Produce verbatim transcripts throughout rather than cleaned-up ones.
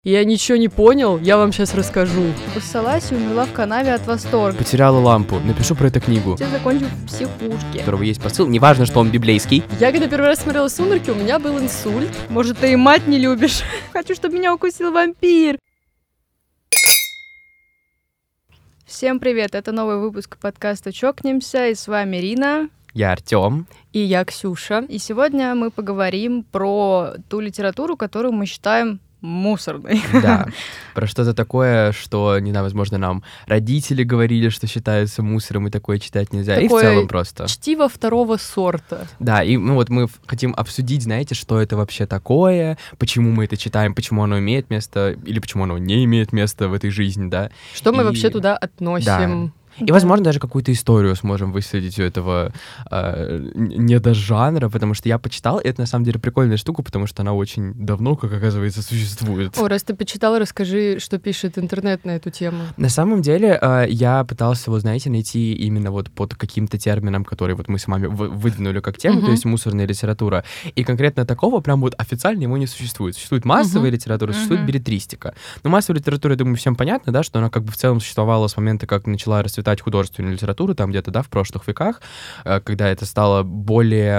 Я ничего не понял, я вам сейчас расскажу. Поссалась и умерла в канаве от восторга. Потеряла лампу. Напишу про эту книгу. Все закончил в психушке. У которого есть посыл. Неважно, что он библейский. Я когда первый раз смотрела «Сумерки», у меня был инсульт. Может, ты и мать не любишь? Хочу, чтобы меня укусил вампир. Всем привет, это новый выпуск подкаста «Чокнемся», и с вами Рина. Я Артём. И я Ксюша. И сегодня мы поговорим про ту литературу, которую мы считаем мусорной. Да, про что-то такое, что, не знаю, возможно, нам родители говорили, что считается мусором, и такое читать нельзя. Такое и в целом просто. Чтиво второго сорта. Да, и ну, вот мы хотим обсудить, знаете, что это вообще такое, почему мы это читаем, почему оно имеет место, или почему оно не имеет места в этой жизни, да. Что мы и... вообще туда относим. Да. И, Да. возможно, даже какую-то историю сможем высветить у этого э, недожанра, потому что я почитал, и это, на самом деле, прикольная штука, потому что она очень давно, как оказывается, существует. О, раз ты почитал, расскажи, что пишет интернет на эту тему. На самом деле, э, я пытался, вот, знаете, найти именно вот под каким-то термином, который вот мы с вами вы- выдвинули как тему, Мгм. то есть мусорная литература. И конкретно такого прям вот официально его не существует. Существует массовая Мгм. литература, существует Мгм. беллетристика. Но массовая литература, я думаю, всем понятно, да, что она как бы в целом существовала с момента, как начала расцветать художественная литература, там где-то, да, в прошлых веках, э, когда это стало более...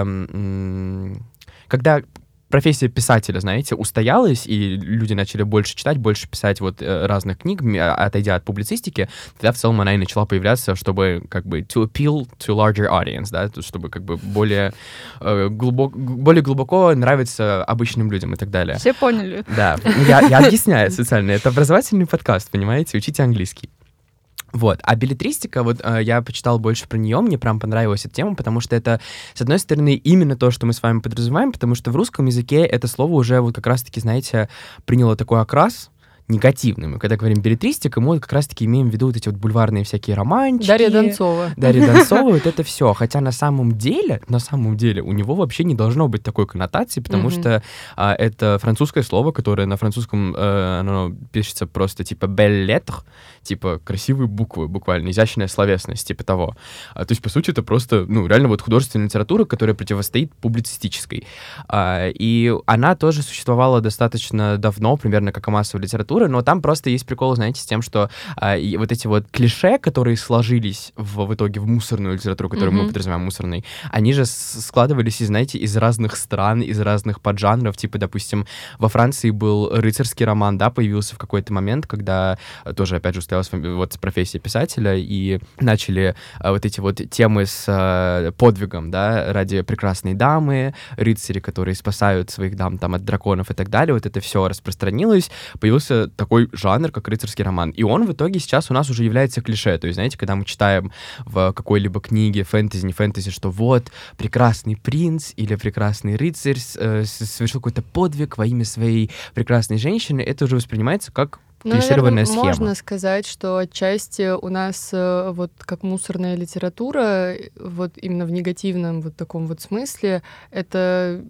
м, Когда профессия писателя, знаете, устоялась, и люди начали больше читать, больше писать вот э, разных книг, м, а- отойдя от публицистики, тогда в целом она и начала появляться, чтобы как бы to appeal to larger audience, да, то есть чтобы как бы более, э, глубок, более глубоко нравиться обычным людям и так далее. Все поняли. Да, ну, я, я объясняю социально, это образовательный подкаст, понимаете, учите английский. Вот, а беллетристика, вот э, я почитал больше про нее, мне прям понравилась эта тема, потому что это, с одной стороны, именно то, что мы с вами подразумеваем, потому что в русском языке это слово уже вот как раз-таки, знаете, приняло такой окрас негативный. Мы когда говорим беллетристика, мы вот как раз-таки имеем в виду вот эти вот бульварные всякие романчики. Дарья Донцова. Дарья Донцова, вот это все. Хотя на самом деле, на самом деле, у него вообще не должно быть такой коннотации, потому Мгм. что а, это французское слово, которое на французском э, оно пишется просто типа belles lettres, типа красивые буквы, буквально, изящная словесность, типа того. А, то есть, по сути, это просто, ну, реально вот художественная литература, которая противостоит публицистической. А, и она тоже существовала достаточно давно, примерно как и массовая литература, но там просто есть прикол, знаете, с тем, что а, и вот эти вот клише, которые сложились в, в итоге в мусорную литературу, которую мы Мгм. подразумеваем мусорной, они же с- складывались, из, знаете, из разных стран, из разных поджанров. Типа, допустим, во Франции был рыцарский роман, да, появился в какой-то момент, когда э, тоже, опять же, устоялась фами- вот профессия писателя, и начали э, вот эти вот темы с э, подвигом, да, ради прекрасной дамы, рыцари, которые спасают своих дам там от драконов и так далее. Вот это все распространилось, появился такой жанр, как рыцарский роман. И он в итоге сейчас у нас уже является клише. То есть, знаете, когда мы читаем в какой-либо книге, фэнтези, не фэнтези, что вот прекрасный принц или прекрасный рыцарь с- э, с- совершил какой-то подвиг во имя своей прекрасной женщины, это уже воспринимается как Ну, клишированная наверное, схема. можно сказать, что отчасти у нас э, вот как мусорная литература, э, вот именно в негативном вот таком вот смысле, это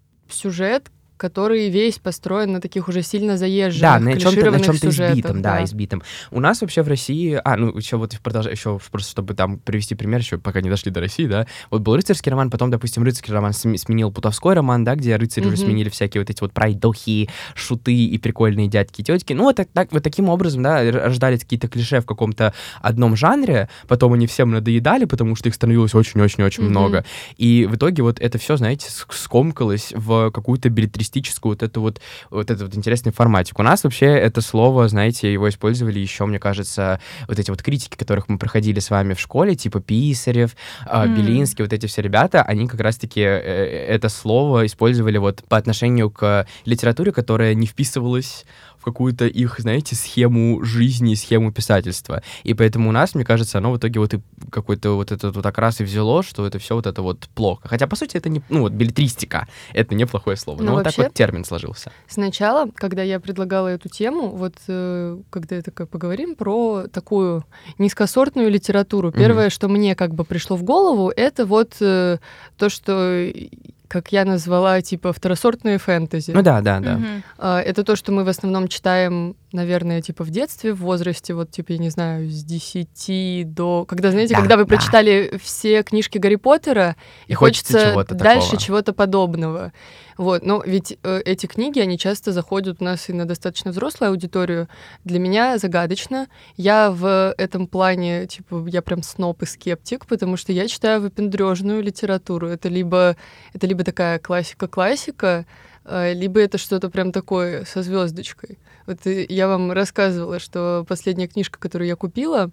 сюжет, который весь построен на таких уже сильно заезженных, Да, на чем-то, на клишированных чем-то сюжетах, избитом, да, избитом. У нас вообще в России, а, ну, еще вот продолжаю, еще просто чтобы там привести пример, еще пока не дошли до России, да, вот был рыцарский роман, потом, допустим, рыцарский роман см- сменил плутовской роман, да, где рыцари уже Мгм. сменили всякие вот эти вот пройдохи, шуты и прикольные дядьки и тетки. Ну, вот, так, так- вот таким образом, да, р- рождались какие-то клише в каком-то одном жанре, потом они всем надоедали, потому что их становилось очень-очень-очень Мгм. много. И в итоге вот это все, знаете, ск- скомкалось в какую-то беллетристическую вот эту вот, вот этот вот интересный форматик. У нас вообще это слово, знаете, его использовали еще, мне кажется, вот эти вот критики, которых мы проходили с вами в школе, типа Писарев, а, М. Белинский, вот эти все ребята, они как раз-таки э, это слово использовали вот по отношению к литературе, которая не вписывалась в какую-то их, знаете, схему жизни, схему писательства. И поэтому у нас, мне кажется, оно в итоге вот и какой-то вот этот вот окрас и взяло, что это все вот это вот плохо. Хотя, по сути, это не, ну вот, беллетристика, это неплохое слово. Ну, Но вот так вообще- вот термин сложился. Сначала, когда я предлагала эту тему, вот э, когда это как поговорим про такую низкосортную литературу, Мгм. первое, что мне как бы пришло в голову, это вот э, то, что, как я назвала, типа второсортные фэнтези. Ну да, да, да. Мгм. А, Это то, что мы в основном читаем, наверное, типа в детстве, в возрасте, вот, типа, я не знаю, с десяти до... Когда, знаете, Да, когда вы да. прочитали все книжки Гарри Поттера, И и хочется хочется чего-то дальше такого. чего-то подобного. Вот, но ведь э, эти книги, они часто заходят у нас и на достаточно взрослую аудиторию. Для меня загадочно. Я в этом плане, типа, я прям сноб и скептик, потому что я читаю выпендрежную литературу. Это либо, это либо такая классика-классика, э, либо это что-то прям такое со звездочкой. Вот э, я вам рассказывала, что последняя книжка, которую я купила,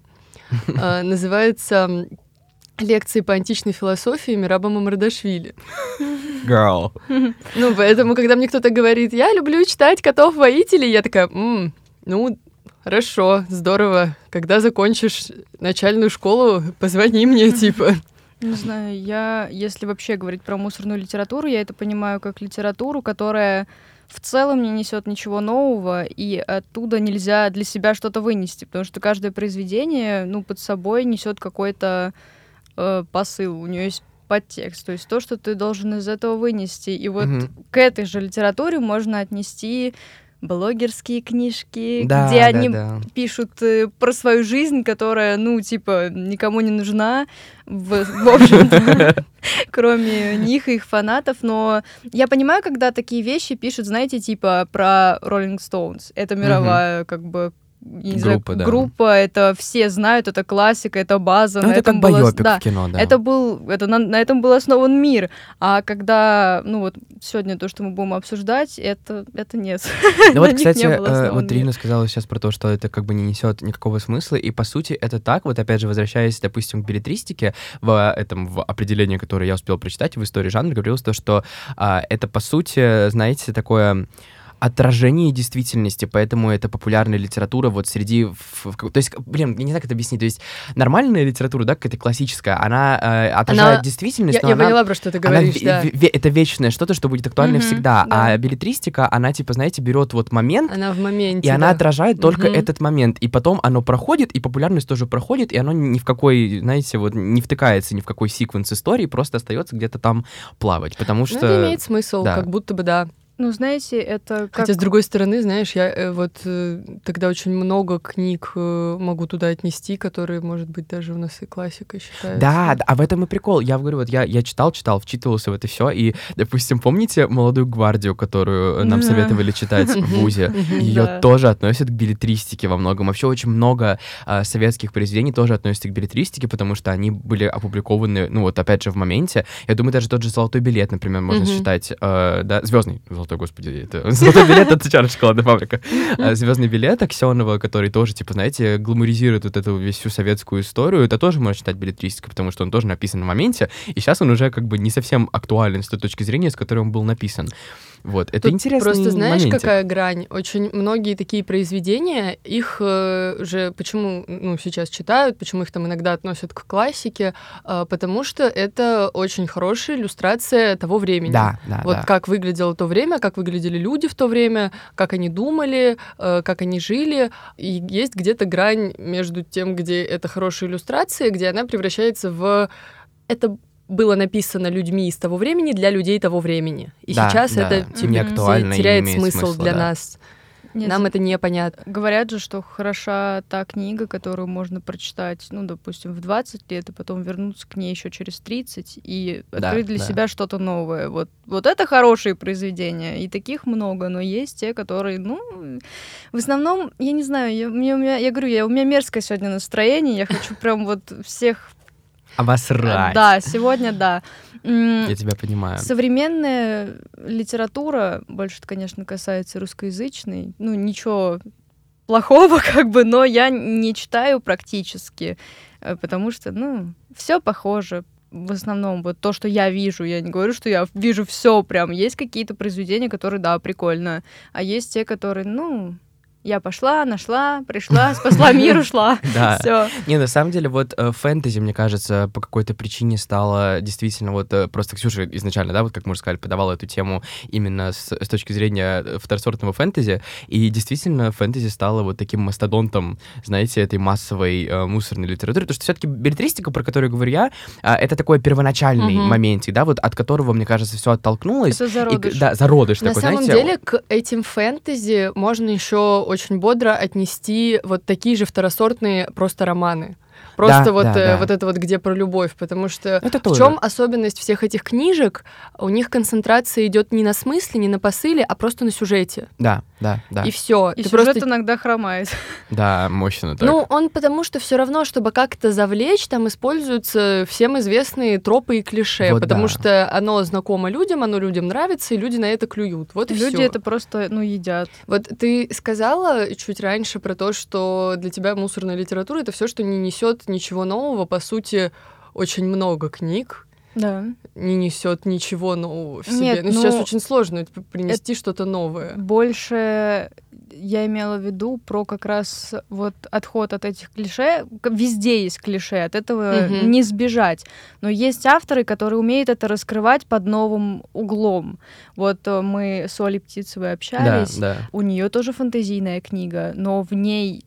э, называется «Лекции по античной философии» Мераба Мамардашвили. Girl. Ну, поэтому, когда мне кто-то говорит, я люблю читать котов-воителей, я такая, «М, ну, хорошо, здорово. Когда закончишь начальную школу, позвони мне, типа». Не знаю, я, если вообще говорить про мусорную литературу, я это понимаю как литературу, которая в целом не несет ничего нового, и оттуда нельзя для себя что-то вынести, потому что каждое произведение, ну, под собой несет какой-то э, посыл, у нее есть подтекст, то есть то, что ты должен из этого вынести. И вот mm-hmm. к этой же литературе можно отнести блогерские книжки, да, где да, они да. пишут э, про свою жизнь, которая, ну, типа, никому не нужна, в, в общем-то, кроме них и их фанатов. Но я понимаю, когда такие вещи пишут, знаете, типа про Rolling Stones. Это мировая, как бы, не знаю, группа, да. группа, это все знают, это классика, это база. Ну, на это этом как было, байопик да, в кино, да. Это был, это на, на этом был основан мир. А когда, ну вот сегодня то, что мы будем обсуждать, это, это нет. Ну вот, кстати, э, вот Рина сказала сейчас про то, что это как бы не несет никакого смысла, и по сути это так. Вот опять же, возвращаясь, допустим, к беллетристике, в этом в определении, которое я успел прочитать в истории жанра, говорилось то, что а, это по сути, знаете, такое отражение действительности, поэтому это популярная литература вот среди... В, в, то есть, блин, я не знаю, как это объяснить, то есть нормальная литература, да, какая-то классическая, она э, отражает она... действительность, я, но я она... поняла, про что ты говоришь, она, да. в, в, это вечное что-то, что будет актуально mm-hmm, всегда, да. а беллетристика, она, типа, знаете, берет вот момент, она в моменте, и да. она отражает только mm-hmm. этот момент, и потом оно проходит, и популярность тоже проходит, и оно ни в какой, знаете, вот не втыкается ни в какой секвенс истории, просто остается где-то там плавать, потому что... Ну, это имеет смысл, да. как будто бы, да. Ну, знаете, это как... Хотя, с другой стороны, знаешь, я э, вот э, тогда очень много книг э, могу туда отнести, которые, может быть, даже у нас и классикой считаются. Да, да, а в этом и прикол. Я говорю, вот я, я читал, читал, вчитывался в это все, и, допустим, помните «Молодую гвардию», которую нам советовали читать в вузе? Ее тоже относят к беллетристике во многом. Вообще очень много советских произведений тоже относятся к беллетристике, потому что они были опубликованы, ну вот опять же, в моменте. Я думаю, даже тот же «Золотой билет», например, можно считать, да, «Звездный», господи, это «Золотой билет» — это Чарли шоколадная фабрика. «Звездный билет» Аксенова, который тоже, типа, знаете, гламуризирует вот эту всю советскую историю, это тоже можно считать беллетристикой, потому что он тоже написан в моменте, и сейчас он уже как бы не совсем актуален с той точки зрения, с которой он был написан. Вот, это Тут интересный просто знаешь, моментик. какая грань? Очень многие такие произведения, их э, же почему ну, сейчас читают, почему их там иногда относят к классике, э, потому что это очень хорошая иллюстрация того времени. Да, да, вот да. как выглядело то время, как выглядели люди в то время, как они думали, э, как они жили. И есть где-то грань между тем, где это хорошая иллюстрация, где она превращается в... это было написано людьми из того времени для людей того времени. И да, сейчас да, это типа, неактуально, теряет не смысл смысла, для да. нас. Нет, Нам это непонятно. Говорят же, что хороша та книга, которую можно прочитать, ну, допустим, в двадцать лет, и потом вернуться к ней еще через тридцать и открыть да, для да. себя что-то новое. Вот, вот это хорошие произведения, и таких много, но есть те, которые, ну, в основном, я не знаю, я, мне, у меня, я говорю, я, у меня мерзкое сегодня настроение, я хочу прям вот всех... Обосрать. Да, сегодня да. Я тебя понимаю. Современная литература, больше, конечно, касается русскоязычной, ну, ничего плохого, как бы, но я не читаю практически, потому что, ну, все похоже. В основном вот то, что я вижу, я не говорю, что я вижу все прям. Есть какие-то произведения, которые, да, прикольно, а есть те, которые, ну... Я пошла, нашла, пришла, спасла мир, ушла. Да. Всё. Не, на самом деле, вот э, фэнтези, мне кажется, по какой-то причине стало действительно вот э, просто Ксюша изначально, да, вот как мы уже сказали, подавала эту тему именно с, с точки зрения второсортного фэнтези, и действительно фэнтези стало вот таким мастодонтом, знаете, этой массовой э, мусорной литературы, потому что все-таки беллетристика, про которую говорю я, э, это такой первоначальный Мгм. моментик, да, вот от которого, мне кажется, все оттолкнулось. Это зародыш. И, да, зародыш На такой, самом знаете. деле, к этим фэнтези можно еще очень бодро отнести вот такие же второсортные просто романы. Просто Да, вот, да, э, да. вот это вот где про любовь, потому что Это в тоже. чем особенность всех этих книжек? У них концентрация идет не на смысле, не на посыле, а просто на сюжете. Да, да, да. И все. И сюжет иногда хромает. Да, мощно так. Ну, он потому что все равно, чтобы как-то завлечь, там используются всем известные тропы и клише, Вот потому да. что оно знакомо людям, оно людям нравится, и люди на это клюют. Вот и Люди всё. это просто, ну, едят. Вот ты сказала чуть раньше про то, что для тебя мусорная литература — это все, что не несет ничего нового. По сути, очень много книг Да. не несет ничего нового в себе. Нет, ну, сейчас ну, очень сложно п- принести что-то новое. Больше я имела в виду про как раз вот отход от этих клише. К- Везде есть клише, от этого Мгм. не сбежать. Но есть авторы, которые умеют это раскрывать под новым углом. Вот э, мы с Олей Птицевой Да, общались. да. У нее тоже фэнтезийная книга, но в ней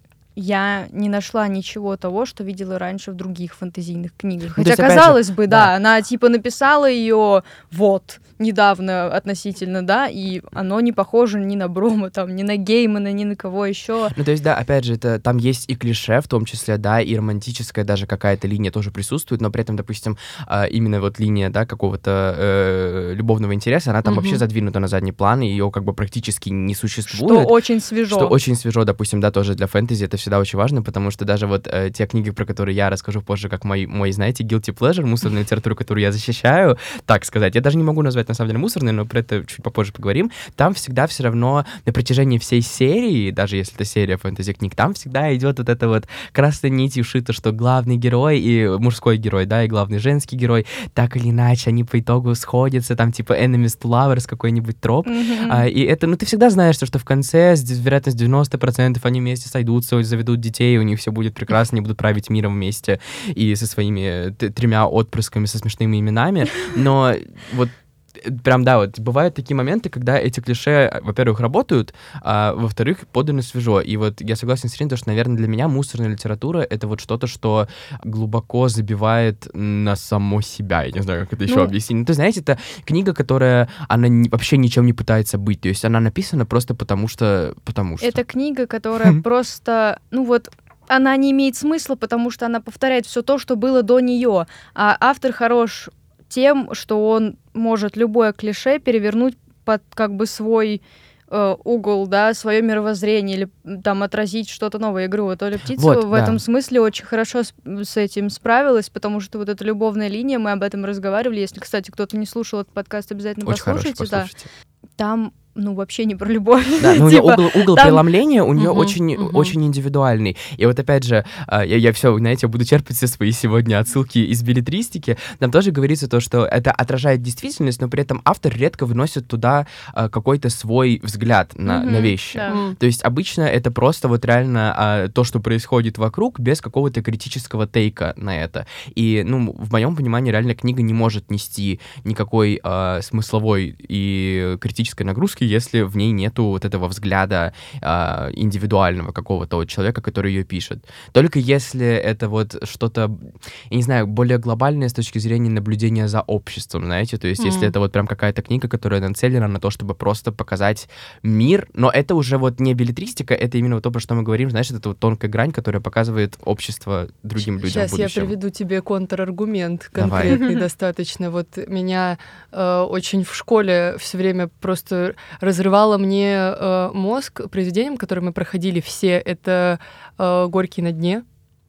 я не нашла ничего того, что видела раньше в других фэнтезийных книгах. Ну, то Хотя, есть, опять же, казалось бы, да, да. она типа написала ее вот недавно относительно, да, и оно не похоже ни на Брома, там, ни на Геймана, ни на кого еще. Ну, то есть, да, опять же, это, там есть и клише, в том числе, да, и романтическая даже какая-то линия тоже присутствует, но при этом, допустим, а, именно вот линия, да, какого-то э, любовного интереса, она там Мгм. вообще задвинута на задний план, и ее как бы практически не Что существует. очень свежо. Что очень свежо, допустим, да, тоже для фэнтези, это всегда очень важно, потому что даже вот э, те книги, про которые я расскажу позже, как мой, мой, знаете, guilty pleasure, мусорную литературу, которую я защищаю, так сказать, я даже не могу назвать, на самом деле, мусорной, но про это чуть попозже поговорим, там всегда все равно на протяжении всей серии, даже если это серия фэнтези-книг, там всегда идет вот это вот красной нитью шито, что главный герой и мужской герой, да, и главный женский герой, так или иначе, они по итогу сходятся, там типа enemies to lovers, какой-нибудь троп, Мгм. а, и это, ну, ты всегда знаешь, что, что в конце, с вероятность девяносто процентов, они вместе сойдутся, заведут детей, у них все будет прекрасно, они будут править миром вместе и со своими т- тремя отпрысками со смешными именами. Но вот э, прям, да, вот бывают такие моменты, когда эти клише, во-первых, работают, а во-вторых, поданы свежо. И вот я согласен с Ириной, то, что, наверное, для меня мусорная литература — это вот что-то, что глубоко забивает на само себя. Я не знаю, как это еще Ну, объяснить. Ну, то, знаете, это книга, которая, она не- вообще ничем не пытается быть. То есть она написана просто потому что... Потому что. Это книга, которая просто, ну вот, она не имеет смысла, потому что она повторяет все то, что было до нее. А автор хорош тем, что он может любое клише перевернуть под как бы свой э, угол, да, свое мировоззрение или м, там отразить что-то новое. Я говорю, вот Оля Птицева Вот, в да. этом смысле очень хорошо с, с этим справилась, потому что вот эта любовная линия, мы об этом разговаривали. Если, кстати, кто-то не слушал этот подкаст, обязательно Очень хорошо, послушайте, да. послушайте. Там, ну, вообще не про любовь. Да, но у нее Типа, угол, угол там- преломления у нее Мгм, очень, мгм. очень индивидуальный. И вот опять же, а, я, я все, знаете, буду черпать все свои сегодня отсылки из беллетристики. Там тоже говорится то, что это отражает действительность, но при этом автор редко выносит туда а, какой-то свой взгляд на, Мгм, на вещи. да. М. То есть обычно это просто вот реально а, то, что происходит вокруг, без какого-то критического тейка на это. И, ну, в моем понимании, реально книга не может нести никакой а, смысловой и критической нагрузки, если в ней нету вот этого взгляда а, индивидуального какого-то вот человека, который ее пишет. Только если это вот что-то, я не знаю, более глобальное с точки зрения наблюдения за обществом, знаете, то есть если М. это вот прям какая-то книга, которая нацелена на то, чтобы просто показать мир, но это уже вот не беллетристика, это именно вот то, про что мы говорим, знаешь, это вот тонкая грань, которая показывает общество другим людям Сейчас в я будущем. приведу тебе контраргумент Давай. конкретный достаточно. Вот меня э, очень в школе все время просто разрывало мне э, мозг произведением, которое мы проходили все. Это э, «Горький на дне».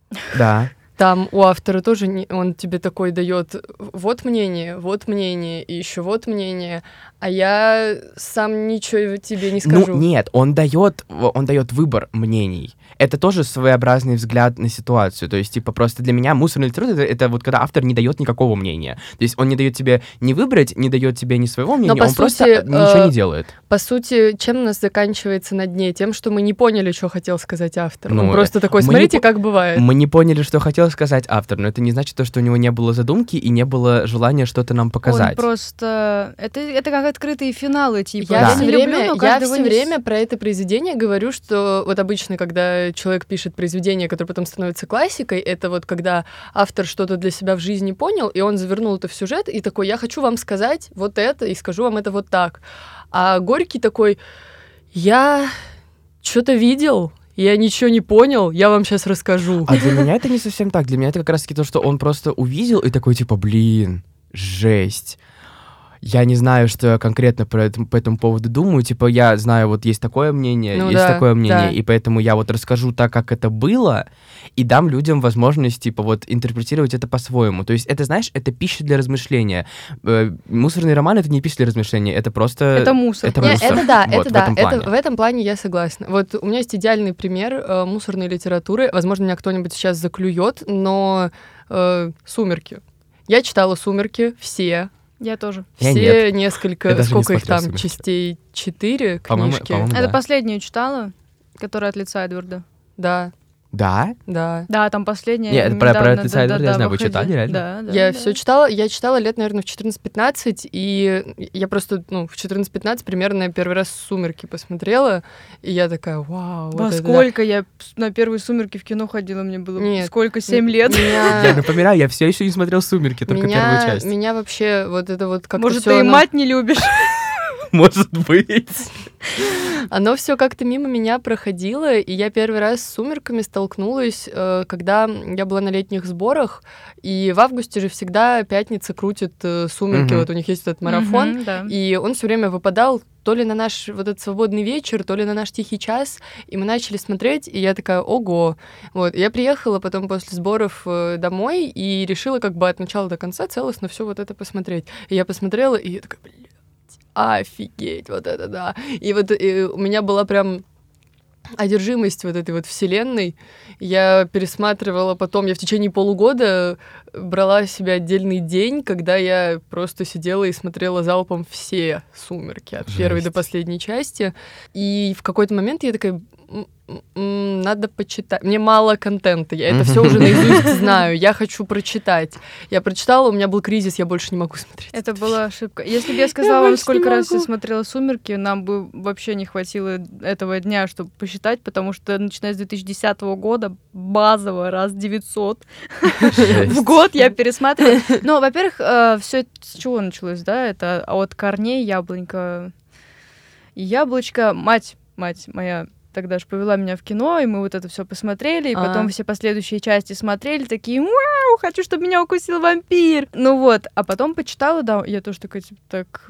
Да. Там у автора тоже не- он тебе такой дает вот мнение, вот мнение, и еще вот мнение, а я сам ничего тебе не скажу. Ну, нет, он дает, он дает выбор мнений. Это тоже своеобразный взгляд на ситуацию. То есть, типа, просто для меня мусорная литература это, это вот когда автор не дает никакого мнения. То есть он не дает тебе не выбрать, не дает тебе ни своего мнения, по он сути, просто э, ничего не делает. По сути, чем у нас заканчивается на дне? Тем, что мы не поняли, что хотел сказать автор. Ну, Он просто такой, мы не смотрите, по- как бывает. Мы не поняли, что хотел сказать автор, но это не значит то, что у него не было задумки и не было желания что-то нам показать. Он просто... Это, это как открытые финалы, типа. Я Да. все не время, люблю, но я каждого все не с- время про это произведение говорю, что вот обычно, когда человек пишет произведение, которое потом становится классикой, это вот когда автор что-то для себя в жизни понял, и он завернул это в сюжет, и такой, я хочу вам сказать вот это, и скажу вам это вот так. А Горький такой, я что-то видел, я ничего не понял, я вам сейчас расскажу. А для меня это не совсем так. Для меня это как раз-таки то, что он просто увидел и такой, типа, блин, жесть. Я не знаю, что я конкретно по этому, по этому поводу думаю. Типа, я знаю, вот есть такое мнение, Ну есть да, такое мнение, да. и поэтому я вот расскажу так, как это было, и дам людям возможность, типа, вот интерпретировать это по-своему. То есть это, знаешь, это пища для размышления. Э, мусорный роман — это не пища для размышления, это просто... Это мусор. Это Не, мусор. это да, Вот, это в да, этом это, плане. в этом плане я согласна. Вот у меня есть идеальный пример э, мусорной литературы. Возможно, меня кто-нибудь сейчас заклюет, но э, «Сумерки». Я читала «Сумерки» все. Я тоже. Я Все нет. несколько, Я даже не сколько их смотрел там, «Сумерки». частей? Четыре По-моему, книжки? по-моему, Это да. последнюю читала, которая от лица Эдварда. Да, Да? да. Да, там последняя. Нет, про- про недавно, «От лица Эдварда» я да-да-да, знаю. Вы выходила. читали, реально? Да, да. Я да. все читала, я читала лет, наверное, в четырнадцать-пятнадцать, и я просто, ну, в четырнадцать-пятнадцать примерно первый раз «Сумерки» посмотрела, и я такая, вау, Во вот это да». сколько я на первые «Сумерки» в кино ходила, мне было Нет. сколько, семь лет? Я Меня, напоминаю, я все еще не смотрел «Сумерки», только первую меня, часть. меня вообще вот это вот как-то Может, всё ты и оно- мать не любишь? Может быть. Оно все как-то мимо меня проходило, и я первый раз с «Сумерками» столкнулась, э, когда я была на летних сборах, и в августе же всегда пятница крутит э, «Сумерки», Мгм. вот у них есть этот марафон, Мгм, да. и он все время выпадал то ли на наш вот этот свободный вечер, то ли на наш тихий час, и мы начали смотреть, и я такая, ого. Вот, я приехала потом после сборов э, домой и решила как бы от начала до конца целостно все вот это посмотреть. И я посмотрела, и я такая, блядь, офигеть, вот это да. И вот и у меня была прям одержимость вот этой вот вселенной. Я пересматривала потом, я в течение полугода брала себе отдельный день, когда я просто сидела и смотрела залпом все «Сумерки» от Жесть. первой до последней части. И в какой-то момент я такая, «М, м, надо почитать. Мне мало контента, я это все уже наизусть знаю, я хочу прочитать. Я прочитала, у меня был кризис, я больше не могу смотреть. Это была ошибка. Если бы я сказала вам, больше не сколько раз я могу. смотрела «Сумерки», нам бы вообще не хватило этого дня, чтобы посчитать, потому что, начиная с две тысячи десятого года, базово раз девятьсот в год я пересматриваю. Но, во-первых, все с чего началось, да? Это от корней яблонька и яблочко. Мать, мать моя тогда же повела меня в кино, и мы вот это все посмотрели, и А. потом все последующие части смотрели, такие, вау, хочу, чтобы меня укусил вампир. Ну вот, а потом почитала, да, я тоже такая, типа, так...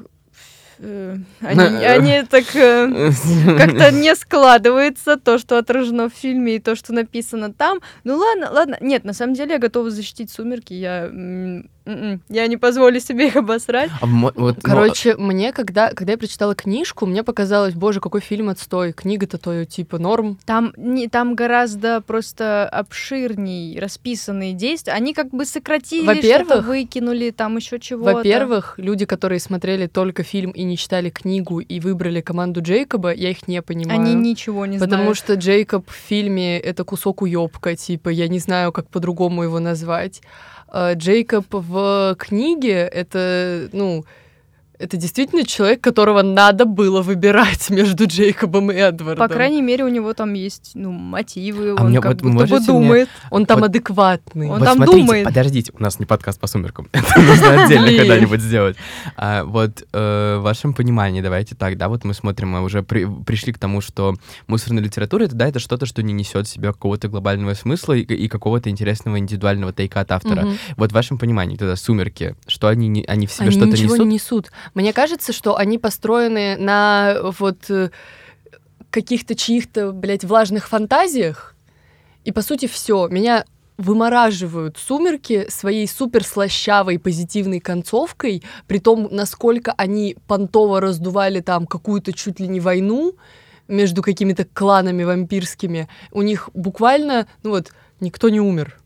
э, Они, они так э, как-то не складывается, то, что отражено в фильме, и то, что написано там. Ну ладно, ладно. Нет, на самом деле я готова защитить «Сумерки». Я, м, м-м, я не позволю себе их обосрать. А мо- вот, ну, Короче, мне, когда, когда я прочитала книжку, мне показалось, боже, какой фильм отстой. Книга-то то, типа, норм. Там, не, там гораздо просто обширней расписанные действия. Они как бы сократили, Во-первых- что-то выкинули, там еще чего-то. Во-первых, люди, которые смотрели только фильм и не читали книгу и выбрали команду Джейкоба, я их не понимаю. Они ничего не Потому знают. что Джейкоб в фильме — это кусок уёбка, типа, я не знаю, как по-другому его назвать. А Джейкоб в книге — это, ну, это действительно человек, которого надо было выбирать между Джейкобом и Эдвардом. По крайней мере, у него там есть, ну, мотивы, А он мне как вот будто бы можете мне- думает. Он там Вот- адекватный. Он вот там смотрите, думает. подождите, у нас не подкаст по «Сумеркам». Это нужно отдельно Блин. когда-нибудь сделать. А, вот э, в вашем понимании, давайте так, да, вот мы смотрим, мы уже при- пришли к тому, что мусорная литература, это, да, это что-то, что не несет в себе какого-то глобального смысла и, и какого-то интересного индивидуального тейка от автора. Мгм. Вот в вашем понимании тогда «Сумерки», что они, не- они в себе Они что-то ничего несут? не несут. Мне кажется, что они построены на вот э, каких-то чьих-то, блядь, влажных фантазиях. И, по сути, все. Меня вымораживают «Сумерки» своей суперслащавой позитивной концовкой, при том, насколько они понтово раздували там какую-то чуть ли не войну между какими-то кланами вампирскими. У них буквально, ну вот, никто не умер.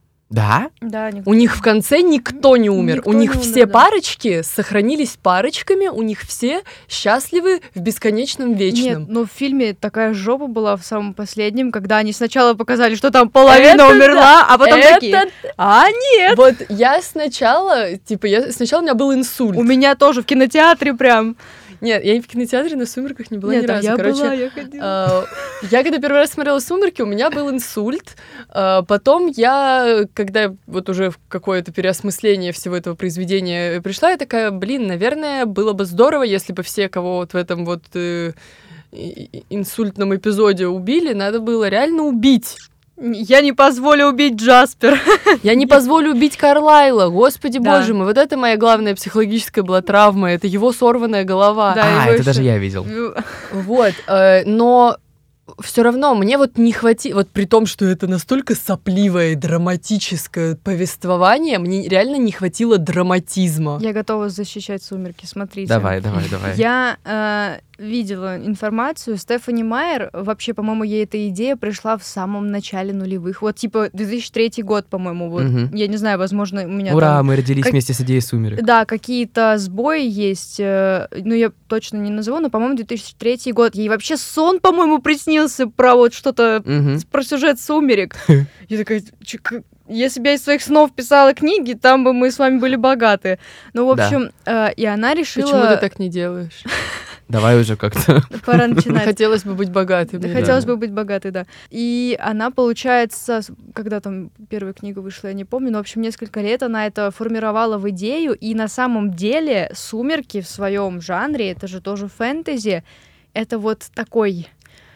Да? Да, никто- У них в конце никто не умер. Никто у них не умер, все да. парочки сохранились парочками, у них все счастливы в бесконечном вечном. Нет, но в фильме такая жопа была в самом последнем, когда они сначала показали, что там половина Это умерла, а потом Это- такие, а нет! Вот я сначала, типа, я сначала у меня был инсульт. У меня тоже в кинотеатре прям. Нет, я в кинотеатре на «Сумерках» не была ни Нет, а разу. я Короче, была, я ходила. а, я когда первый раз смотрела «Сумерки», у меня был инсульт. А, потом я, когда вот уже в какое-то переосмысление всего этого произведения пришла, я такая, блин, наверное, было бы здорово, если бы все, кого вот в этом вот э, инсультном эпизоде убили, надо было реально убить. Я не позволю убить Джаспер. Я не позволю убить Карлайла. Господи Да. боже мой, вот это моя главная психологическая была травма. Это его сорванная голова. Да, А, его это ещё- даже я видел. Вот, э, но все равно мне вот не хватило, вот при том, что это настолько сопливое и драматическое повествование, мне реально не хватило драматизма. Я готова защищать «Сумерки», смотрите. Давай, давай, давай. Я э, видела информацию. Стефани Майер, вообще, по-моему, ей эта идея пришла в самом начале нулевых. Вот, типа, две тысячи третий год, по-моему, вот. Мгм. Я не знаю, возможно, у меня Ура, там... мы родились как- вместе с идеей «Сумерек». Да, какие-то сбои есть, э, ну, я точно не назову, но, по-моему, две тысячи третий год. Ей вообще сон, по-моему, приснился про вот что-то, Мгм. про сюжет «Сумерек». Я такая, «Чё, как- если бы я из своих снов писала книги, там бы мы с вами были богаты». Ну, в Да. общем, э, и она решила... Почему ты так не делаешь? Давай уже как-то. Пора начинать. Хотелось бы быть богатой. Да, мне хотелось да. бы быть богатой, да. И она, получается, с- когда там первая книга вышла, я не помню, но, в общем, несколько лет она это формировала в идею, и на самом деле «Сумерки» в своем жанре, это же тоже фэнтези, это вот такой,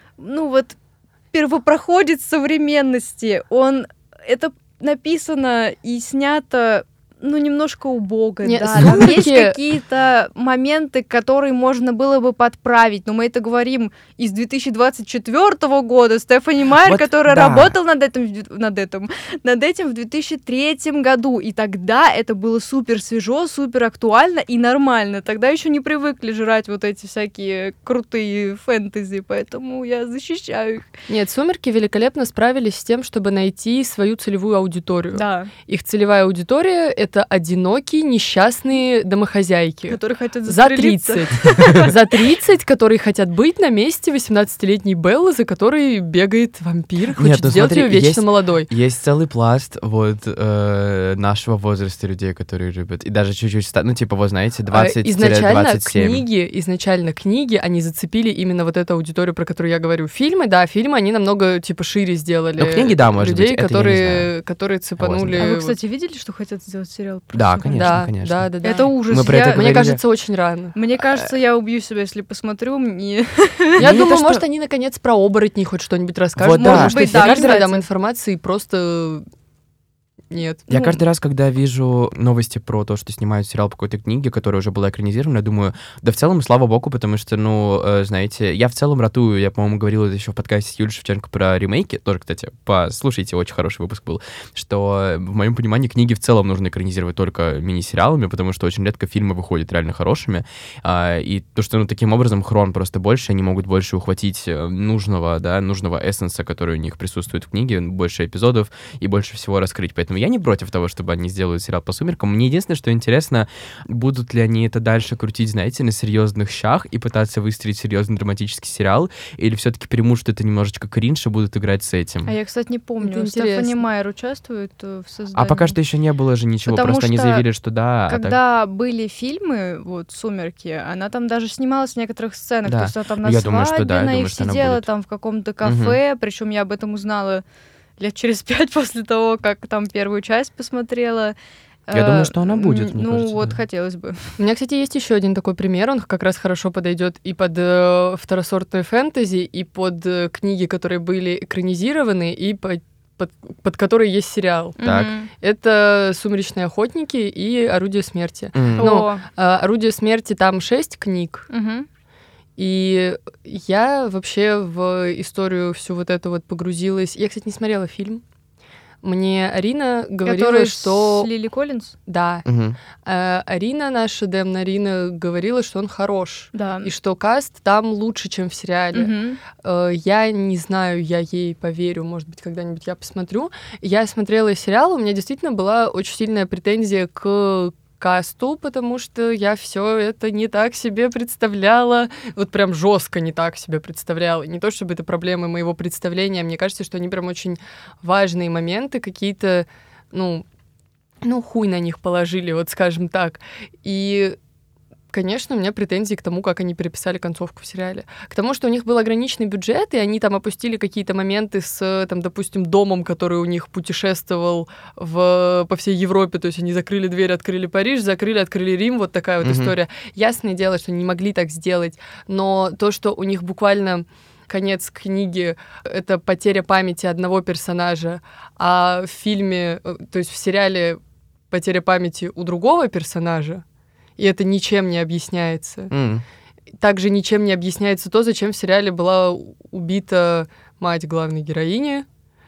ну вот, первопроходец современности. Он, это написано и снято, ну, немножко убого, Не, да. Там есть «Сумерки» какие-то моменты, которые можно было бы подправить, но мы это говорим из две тысячи двадцать четвёртого года. Стефани Майер, Вот, которая да. работала над этим, в д- над этим, над этим в две тысячи третьем году, и тогда это было супер свежо, супер актуально и нормально. Тогда еще не привыкли жрать вот эти всякие крутые фэнтези, поэтому я защищаю их. Нет, «Сумерки» великолепно справились с тем, чтобы найти свою целевую аудиторию. Да, Их целевая аудитория — это одинокие, несчастные домохозяйки. которые хотят За застрелиться. тридцать. За тридцать, которые хотят быть на месте восемнадцатилетней Беллы, за которой бегает вампир, хочет Нет, ну сделать смотри, ее вечно есть- молодой. Есть целый пласт вот э, нашего возраста людей, которые любят. И даже чуть-чуть, ста- ну типа, вы знаете, А, изначально двадцать семь. книги, изначально книги, они зацепили именно вот эту аудиторию, про которую я говорю. Фильмы, да, фильмы, они намного типа шире сделали. Ну, книги, да, может людей, быть, это я не которые, которые цепанули. А вы, вот- кстати, видели, что хотят сделать сериал? про Да, «Сумерки»? конечно, да, конечно. да, да, да. Это ужас. Мы про Я- это Мне говорили. кажется, очень рано. Мне кажется, я убью себя, если посмотрю. Мне... Я не думаю, то, что- может, они наконец про оборотней хоть что-нибудь расскажут. Вот да. потому Может что быть, я да, каждый раз кстати. дам информации просто нет. Я Ну, каждый раз, когда вижу новости про то, что снимают сериал по какой-то книге, которая уже была экранизирована, я думаю, да в целом, слава богу, потому что, ну, э, знаете, я в целом ратую, я, по-моему, говорил это еще в подкасте с Юлией Шевченко про ремейки, тоже, кстати, послушайте, очень хороший выпуск был, что, в моем понимании, книги в целом нужно экранизировать только мини-сериалами, потому что очень редко фильмы выходят реально хорошими, а, и то, что, ну, таким образом хрон просто больше, они могут больше ухватить э, нужного, да, нужного эссенса, который у них присутствует в книге, больше эпизодов и больше всего раскрыть, поэтому я не против того, чтобы они сделали сериал по «Сумеркам». Мне единственное, что интересно, будут ли они это дальше крутить, знаете, на серьезных щах и пытаться выстроить серьезный драматический сериал, или все-таки примут, что это немножечко кринж и будут играть с этим. А я, кстати, не помню. Это Стефани интересно. Майер участвует э, в создании. А пока что еще не было же ничего, Потому просто они что заявили, что да. а так- Когда были фильмы, вот, «Сумерки», она там даже снималась в некоторых сценах. Да. То есть она там Ну, на я свадьбе думаю, что да, я на думаю, их что она сидела, будет. там в каком-то кафе, причем я об этом узнала лет через пять после того, как там первую часть посмотрела. Я Э, думаю, что она будет, м, мне Ну, кажется, вот да. хотелось бы. У меня, кстати, есть еще один такой пример, он как раз хорошо подойдет и под э, второсортную фэнтези, и под э, книги, которые были экранизированы, и под, под, под которые есть сериал. Так. Мгм. Это «Сумеречные охотники» и «Орудие смерти». М. Ну, О, А, «Орудие смерти» там шесть книг, мгм. и я вообще в историю всю вот эту вот погрузилась. Я, кстати, не смотрела фильм. Мне Арина говорила, Который что... с Лили Коллинз? Да. Мгм. А, Арина, наша Демна Арина, говорила, что он хорош. Да. И что каст там лучше, чем в сериале. Мгм. Э, Я не знаю, я ей поверю, может быть, когда-нибудь я посмотрю. Я смотрела сериал, у меня действительно была очень сильная претензия к касту, потому что я все это не так себе представляла, вот прям жестко не так себе представляла. Не то чтобы это проблемы моего представления, мне кажется, что они прям очень важные моменты какие-то, ну, ну хуй на них положили, вот скажем так. И конечно, у меня претензии к тому, как они переписали концовку в сериале. К тому, что у них был ограниченный бюджет, и они там опустили какие-то моменты с, там, допустим, домом, который у них путешествовал в, по всей Европе. То есть они закрыли дверь, открыли Париж, закрыли, открыли Рим. Вот такая вот mm-hmm. история. Ясное дело, что они не могли так сделать. Но то, что у них буквально конец книги — это потеря памяти одного персонажа, а в фильме, то есть в сериале потеря памяти у другого персонажа, и это ничем не объясняется. Mm. Также ничем не объясняется то, зачем в сериале была убита мать главной героини,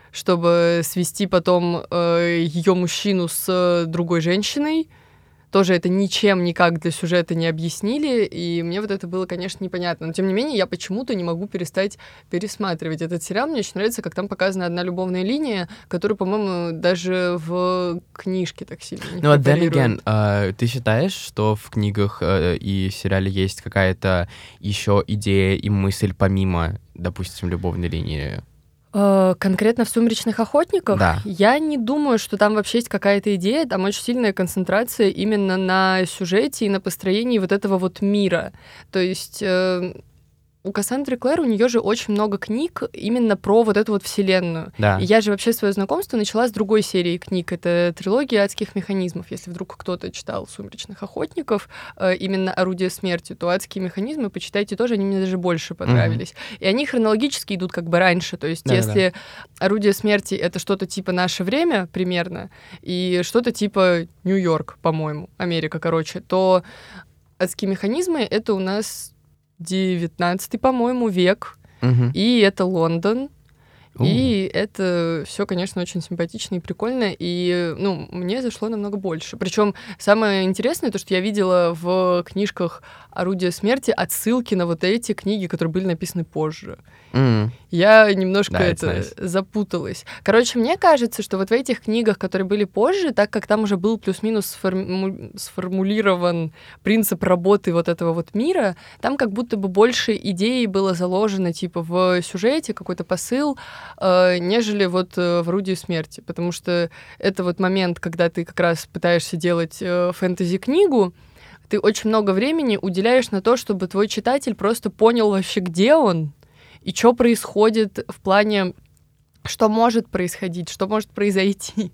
чтобы свести потом э, ее мужчину с другой женщиной. Тоже это ничем никак для сюжета не объяснили, и мне вот это было, конечно, непонятно. Но, тем не менее, я почему-то не могу перестать пересматривать этот сериал. Мне очень нравится, как там показана одна любовная линия, которую, по-моему, даже в книжке так сильно не Ну, а then препарируют. again, uh, ты считаешь, что в книгах uh, и сериале есть какая-то еще идея и мысль помимо, допустим, любовной линии? Конкретно в «Сумеречных охотниках» да. я не думаю, что там вообще есть какая-то идея, там очень сильная концентрация именно на сюжете и на построении вот этого вот мира. То есть э, у Кассандры Клэр, у нее же очень много книг именно про вот эту вот вселенную. Да. И я же вообще свое знакомство начала с другой серии книг. Это трилогия «Адских механизмов». Если вдруг кто-то читал «Сумеречных охотников», э, именно «Орудие смерти», то «Адские механизмы» почитайте тоже, они мне даже больше понравились. Mm-hmm. И они хронологически идут как бы раньше. То есть да, если да. «Орудие смерти» — это что-то типа «Наше время» примерно, и что-то типа «Нью-Йорк», по-моему, Америка, короче, то «Адские механизмы» — это у нас девятнадцатый, по-моему, век, uh-huh. и это Лондон, uh-huh. и это все, конечно, очень симпатично и прикольно, и, ну, мне зашло намного больше. Причем самое интересное, то, что я видела в книжках «Орудие смерти» отсылки на вот эти книги, которые были написаны позже. Mm. Я немножко да, это nice. запуталась. Короче, мне кажется, что вот в этих книгах, которые были позже, так как там уже был плюс-минус сформу- сформулирован принцип работы вот этого вот мира, там как будто бы больше идей было заложено типа в сюжете, какой-то посыл, э, нежели вот э, в «Орудии смерти». Потому что это вот момент, когда ты как раз пытаешься делать э, фэнтези-книгу, ты очень много времени уделяешь на то, чтобы твой читатель просто понял вообще, где он, и что происходит в плане, что может происходить, что может произойти,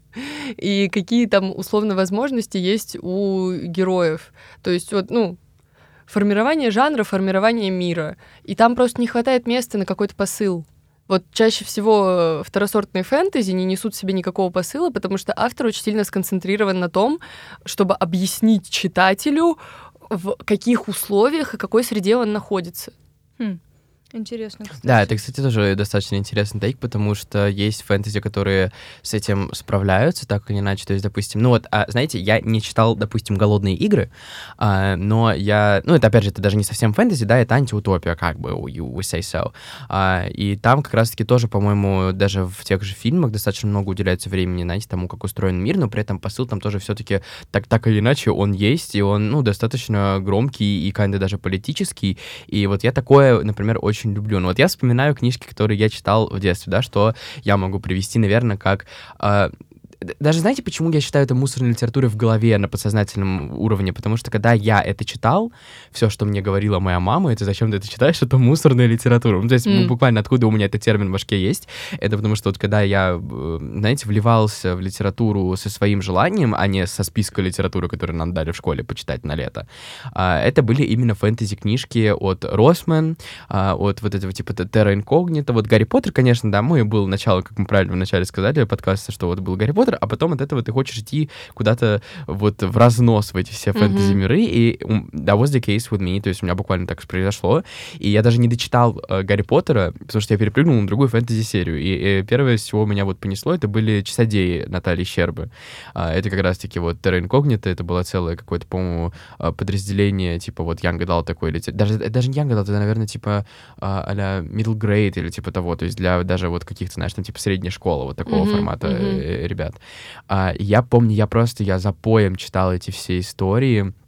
и какие там условно возможности есть у героев. То есть вот, ну, формирование жанра, формирование мира. И там просто не хватает места на какой-то посыл. Вот чаще всего второсортные фэнтези не несут в себе никакого посыла, потому что автор очень сильно сконцентрирован на том, чтобы объяснить читателю, в каких условиях и какой среде он находится. Хм. Интересно, кстати. Да, это, кстати, тоже достаточно интересный тейк, потому что есть фэнтези, которые с этим справляются так или иначе. То есть, допустим, ну вот, а, знаете, я не читал, допустим, «Голодные игры», а, но я... Ну, это, опять же, это даже не совсем фэнтези, да, это антиутопия, как бы, you would say so. А, и там как раз-таки тоже, по-моему, даже в тех же фильмах достаточно много уделяется времени, знаете, тому, как устроен мир, но при этом посыл там тоже все-таки так, так или иначе он есть, и он, ну, достаточно громкий и kinda даже политический. И вот я такое, например, очень очень люблю. Но вот я вспоминаю книжки, которые я читал в детстве, да, что я могу привести, наверное, как... Э, даже знаете, почему я считаю это мусорной литературой в голове на подсознательном уровне? Потому что когда я это читал, все, что мне говорила моя мама, это зачем ты это читаешь, это мусорная литература. Ну, то есть mm. буквально откуда у меня этот термин в башке есть, это потому что вот когда я, знаете, вливался в литературу со своим желанием, а не со списка литературы, которую нам дали в школе почитать на лето, это были именно фэнтези-книжки от Росман, от вот этого типа Терра Инкогнита. Вот Гарри Поттер, конечно, да, мой был начало, как мы правильно в начале сказали подкаста, что вот был Гарри Поттер, а потом от этого ты хочешь идти куда-то вот в разнос в эти все mm-hmm. фэнтези-миры, и that was the case with me, то есть у меня буквально так произошло, и я даже не дочитал э, Гарри Поттера, потому что я перепрыгнул на другую фэнтези-серию, и, и первое, с чего меня вот понесло, это были «Часодеи» Натальи Щербы. А, это как раз-таки вот Terra Incognita, это было целое какое-то, по-моему, подразделение, типа вот Young Adult такой, или даже, даже не Young Adult, это, наверное, типа а-ля Middle Grade или типа того, то есть для даже вот каких-то, знаешь, там типа средняя школа, вот такого mm-hmm. формата mm-hmm. ребят. А, я помню, я просто, я за поем читал эти все истории,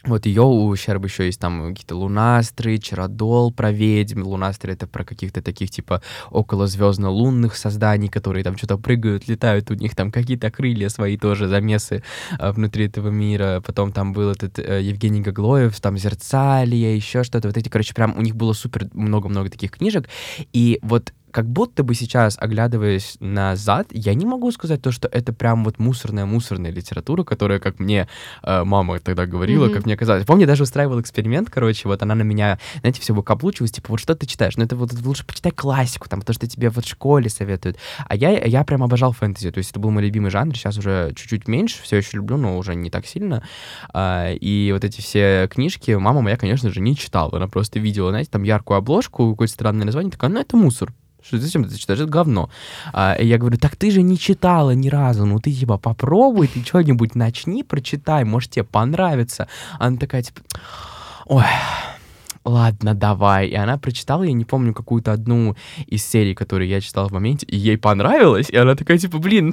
Вот ее у ущерб еще есть там какие-то лунастры, чародол про ведьм. Лунастры — это про каких-то таких типа околозвездно-лунных созданий, которые там что-то прыгают, летают, у них там какие-то крылья свои тоже, замесы а, внутри этого мира. Потом там был этот э, Евгений Гаглоев, там Зерцалия, еще что-то. Вот эти, короче, прям у них было супер много-много таких книжек. И вот как будто бы сейчас, оглядываясь назад, я не могу сказать то, что это прям вот мусорная-мусорная литература, которая, как мне э, мама тогда говорила, mm-hmm. как мне казалось. Помню, даже устраивал эксперимент, короче, вот она на меня, знаете, все выкаблучивалась, типа, вот что ты читаешь? Ну это вот лучше почитай классику, там, то, что тебе вот в школе советуют. А я, я прям обожал фэнтези, то есть это был мой любимый жанр, сейчас уже чуть-чуть меньше, все еще люблю, но уже не так сильно. А, и вот эти все книжки мама моя, конечно же, не читала, она просто видела, знаете, там яркую обложку, какое-то странное название, такая, ну это мусор. Что, зачем ты читаешь? Это говно. А, я говорю, так ты же не читала ни разу, ну ты типа попробуй, ты что-нибудь начни, прочитай, может тебе понравится. Она такая типа, ой, ладно, давай. И она прочитала, я не помню, какую-то одну из серий, которые я читал в моменте, и ей понравилось, и она такая типа, блин,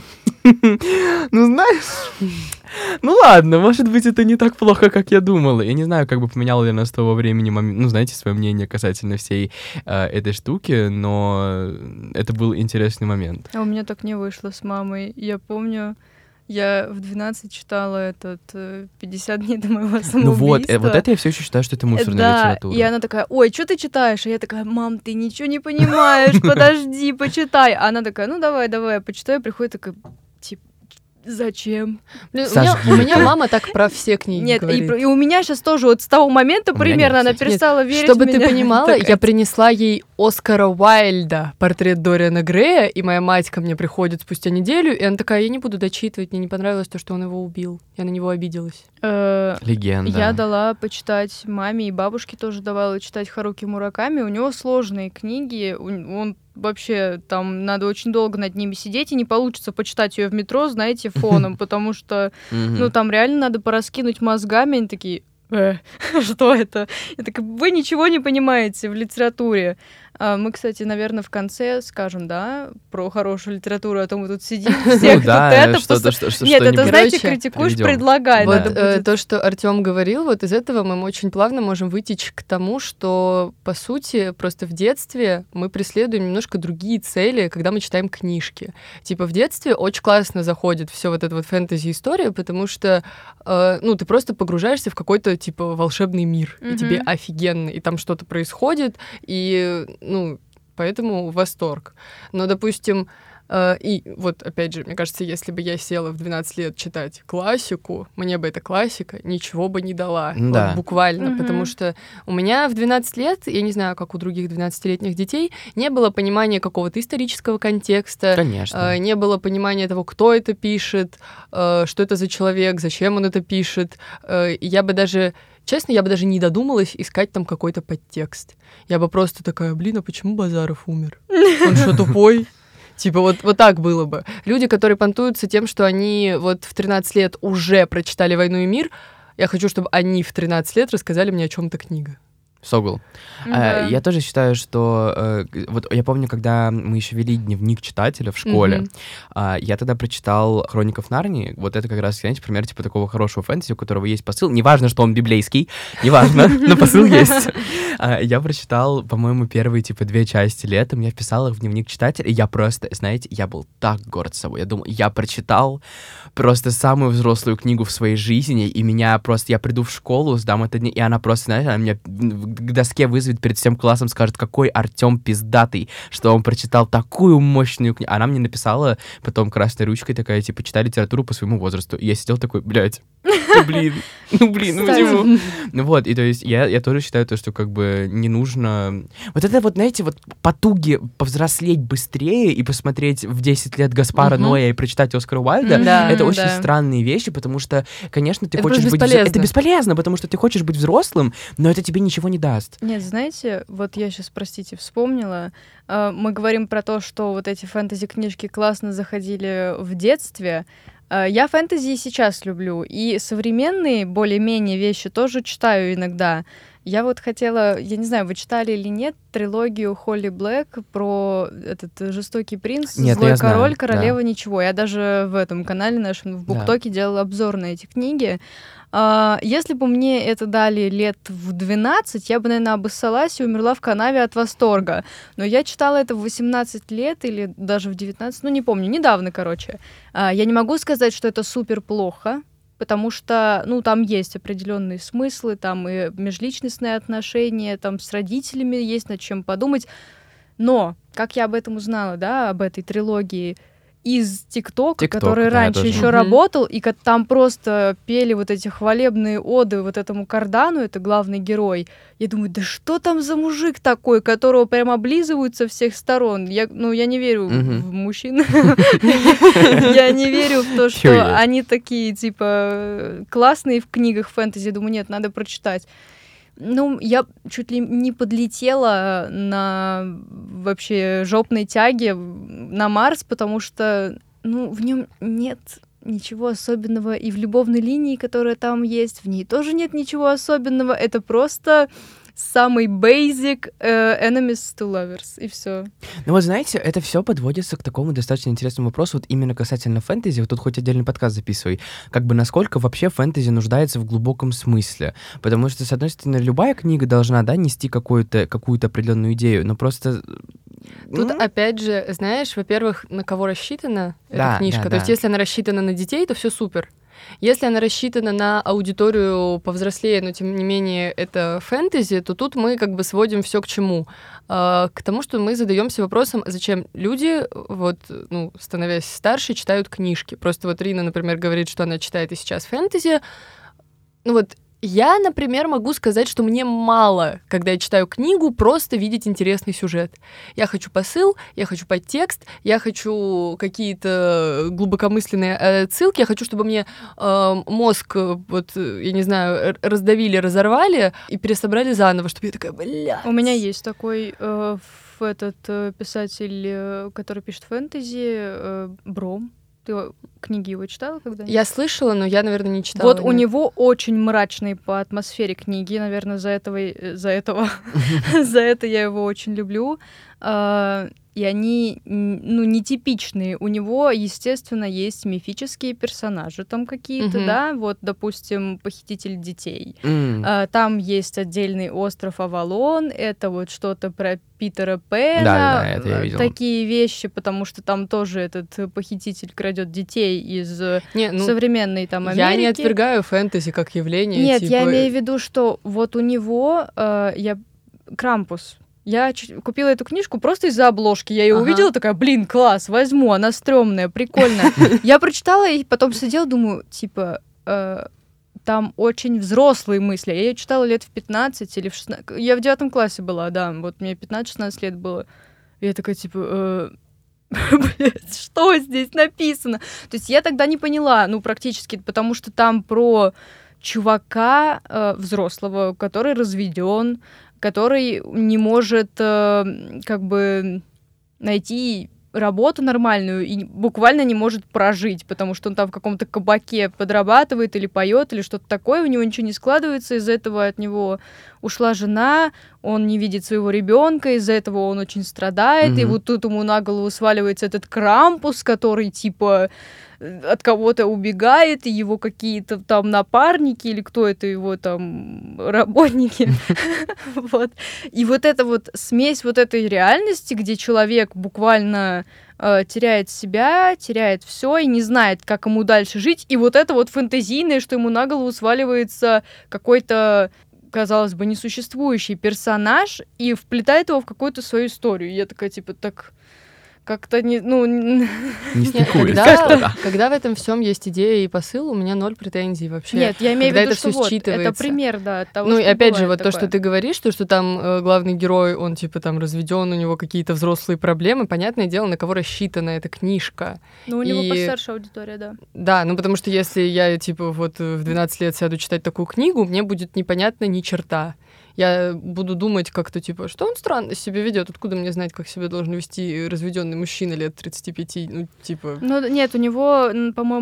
ну знаешь... Ну ладно, может быть, это не так плохо, как я думала. Я не знаю, как бы поменял ли она с того времени, ну, знаете, свое мнение касательно всей э, этой штуки, но это был интересный момент. А у меня так не вышло с мамой. Я помню, я в двенадцать читала этот пятьдесят дней до моего самоубийства. Ну вот, э, вот это я все еще считаю, что это мусорная да, литература. И она такая, ой, что ты читаешь? А я такая, мам, ты ничего не понимаешь, подожди, почитай. А она такая, ну давай, давай, я почитаю. Приходит такая, типа, зачем? Блин, у, меня, у меня мама так про все книги нет, говорит. И, и у меня сейчас тоже вот с того момента примерно она перестала нет, верить чтобы в меня. ты понимала, так, я принесла ей Оскара Уайльда, портрет Дориана Грея, и моя мать ко мне приходит спустя неделю, и она такая, я не буду дочитывать, мне не понравилось то, что он его убил. Я на него обиделась. Легенда. Я дала почитать маме, и бабушке тоже давала читать Харуки Мураками. У него сложные книги, он вообще там надо очень долго над ними сидеть, и не получится почитать ее в метро, знаете, фоном, потому что, ну, там реально надо пораскинуть мозгами, они такие, э, что это? Я такая, вы ничего не понимаете в литературе. Мы, кстати, наверное, в конце скажем, да, про хорошую литературу, а то мы тут сидим, всех тут это... Нет, это, знаете, критикуешь, предлагай. Вот то, что Артём говорил, вот из этого мы очень плавно можем вытечь к тому, что, по сути, просто в детстве мы преследуем немножко другие цели, когда мы читаем книжки. Типа в детстве очень классно заходит все вот это вот фэнтези-история, потому что, ну, ты просто погружаешься в какой-то, типа, волшебный мир, и тебе офигенно, и там что-то происходит, и... ну, поэтому восторг. Но, допустим, э, и вот, опять же, мне кажется, если бы я села в двенадцать лет читать классику, мне бы эта классика ничего бы не дала. Да. Вот, буквально, mm-hmm. потому что у меня в двенадцать лет, я не знаю, как у других двенадцатилетних детей, не было понимания какого-то исторического контекста. Конечно. Э, не было понимания того, кто это пишет, э, что это за человек, зачем он это пишет. Э, я бы даже... Честно, я бы даже не додумалась искать там какой-то подтекст. Я бы просто такая, блин, а почему Базаров умер? Он что, тупой? Типа вот, вот так было бы. Люди, которые понтуются тем, что они вот в тринадцать лет уже прочитали «Войну и мир», я хочу, чтобы они в тринадцать лет рассказали мне, о чем-то книга. Согл. Mm-hmm. Я тоже считаю, что... Вот я помню, когда мы еще вели дневник читателя в школе, mm-hmm. я тогда прочитал «Хроников Нарнии». Вот это как раз, знаете, пример типа такого хорошего фэнтези, у которого есть посыл. Неважно, что он библейский, неважно, но посыл есть. Я прочитал, по-моему, первые типа две части летом, я вписал их в дневник читателя, и я просто, знаете, я был так горд собой. Я думал, я прочитал просто самую взрослую книгу в своей жизни, и меня просто... Я приду в школу, сдам это, и она просто, знаешь, она меня... к доске вызовет перед всем классом, скажет, какой Артём пиздатый, что он прочитал такую мощную книгу. Она мне написала потом красной ручкой такая, типа, читай литературу по своему возрасту. И я сидел такой, блядь, ну блин, ну блин, ну почему? Ну вот, и то есть я, я тоже считаю то, что как бы не нужно... Вот это вот, знаете, вот потуги повзрослеть быстрее и посмотреть в десять лет Гаспара Ноя и прочитать Оскара Уайльда, это очень странные вещи, потому что, конечно, ты хочешь быть... Это бесполезно, потому что ты хочешь быть взрослым, но это тебе ничего не даст. Нет, знаете, вот я сейчас, простите, вспомнила, э, мы говорим про то, что вот эти фэнтези-книжки классно заходили в детстве. Э, я фэнтези и сейчас люблю, и современные более-менее вещи тоже читаю иногда. Я вот хотела, я не знаю, вы читали или нет, трилогию Холли Блэк про этот «Жестокий принц», Нет, «Злой я знаю, король», «Королева да. ничего». Я даже в этом канале нашем, в Да. Буктоке, делала обзор на эти книги. А, если бы мне это дали лет в двенадцать, я бы, наверное, обоссалась и умерла в канаве от восторга. Но я читала это в восемнадцать лет или даже в девятнадцать, ну, не помню, недавно, короче. А, я не могу сказать, что это супер плохо, потому что, ну, там есть определенные смыслы, там и межличностные отношения, там с родителями есть над чем подумать. Но, как я об этом узнала, да, об этой трилогии, из ТикТока, который да, раньше тоже. еще Мгм. работал, и ка- там просто пели вот эти хвалебные оды вот этому Кардану, это главный герой. Я думаю, да что там за мужик такой, которого прям облизывают со всех сторон? Я, ну, я не верю Мгм. в мужчин. Я не верю в то, Period. что они такие, типа, классные в книгах фэнтези. Думаю, нет, надо прочитать. Ну, я чуть ли не подлетела на вообще жопной тяге на Марс, потому что, ну, в нем нет ничего особенного. И в любовной линии, которая там есть, в ней тоже нет ничего особенного. Это просто самый basic э, enemies to lovers, и все. Ну вот знаете, это все подводится к такому достаточно интересному вопросу, вот именно касательно фэнтези, вот тут хоть отдельный подкаст записывай, как бы насколько вообще фэнтези нуждается в глубоком смысле, потому что, с одной стороны, любая книга должна, да, нести какую-то, какую-то определенную идею, но просто... Тут, м, опять же, знаешь, во-первых, на кого рассчитана Да, эта книжка. да, То есть, да. если она рассчитана на детей, то все супер. Если она рассчитана на аудиторию повзрослее, но тем не менее это фэнтези, то тут мы как бы сводим все к чему? А, к тому, что мы задаемся вопросом, зачем люди, вот, ну, становясь старше, читают книжки. Просто вот Рина, например, говорит, что она читает и сейчас фэнтези. Ну вот я, например, могу сказать, что мне мало, когда я читаю книгу, просто видеть интересный сюжет. Я хочу посыл, я хочу подтекст, я хочу какие-то глубокомысленные отсылки, я хочу, чтобы мне э, мозг, вот, я не знаю, раздавили, разорвали и пересобрали заново, чтобы я такая, бля. У меня есть такой э, ф- этот э, писатель, э, который пишет фэнтези, э, Бром. Ты его- книги его читала когда-нибудь? Я слышала, но я, наверное, не читала. Вот у нет. него очень мрачные по атмосфере книги, наверное, за этого, э, за этого, за это я его очень люблю. А, И они, м, ну, нетипичные. У него, естественно, есть мифические персонажи там какие-то, Мгм. да, вот, допустим, похититель детей. м, А, Там есть отдельный остров Авалон, это вот что-то про Питера Пэна, Да-да-да, это я э, видел. такие вещи, потому что там тоже этот э, похититель крадет детей из э, Не, ну, современной там Америки. я не отвергаю фэнтези как явление. Нет, типа... я имею в виду, что вот у него э, я Крампус. Я ч- купила эту книжку просто из-за обложки. Я ее Ага. увидела, такая, блин, класс, возьму, она стрёмная, прикольная. Я прочитала и потом сидела, думаю, типа, э, там очень взрослые мысли. Я ее читала лет в пятнадцать или в шестнадцать. Я в девятом классе была, да, вот мне пятнадцать-шестнадцать лет было. И я такая, типа, э, блядь, что здесь написано? То есть я тогда не поняла, ну, практически, потому что там про чувака э, взрослого, который разведен, который не может э, как бы найти работу нормальную и буквально не может прожить, потому что он там в каком-то кабаке подрабатывает или поет или что-то такое, у него ничего не складывается, из-за этого от него ушла жена, он не видит своего ребенка, из-за этого он очень страдает, и Мгм. вот тут ему на голову сваливается этот Крампус, который типа от кого-то убегает, и его какие-то там напарники, или кто это его там работники. Вот. И вот эта вот смесь вот этой реальности, где человек буквально э, теряет себя, теряет все и не знает, как ему дальше жить, и вот это вот фэнтезийное, что ему на голову сваливается какой-то, казалось бы, несуществующий персонаж и вплетает его в какую-то свою историю. Я такая, типа, так как-то не, ну, Не Нет, стыкуется. когда, когда в этом всем есть идея и посыл, у меня ноль претензий вообще. нет, я имею в когда виду, это что всё вот, это считывается. пример, да, от того, Ну и что опять же, бывает вот то, что такое. ты говоришь, то, что там э, главный герой, он типа там разведен, у него какие-то взрослые проблемы, понятное дело, на кого рассчитана эта книжка. Ну, у него и- постарше аудитория, да. Да, ну потому что если я типа вот э, в двенадцать лет сяду читать такую книгу, мне будет непонятно ни черта. Я буду думать как-то типа, что он странно себя ведет, откуда мне знать, как себя должен вести разведенный мужчина лет тридцати пяти, ну типа... Ну, нет, у него, м, по-моему, н-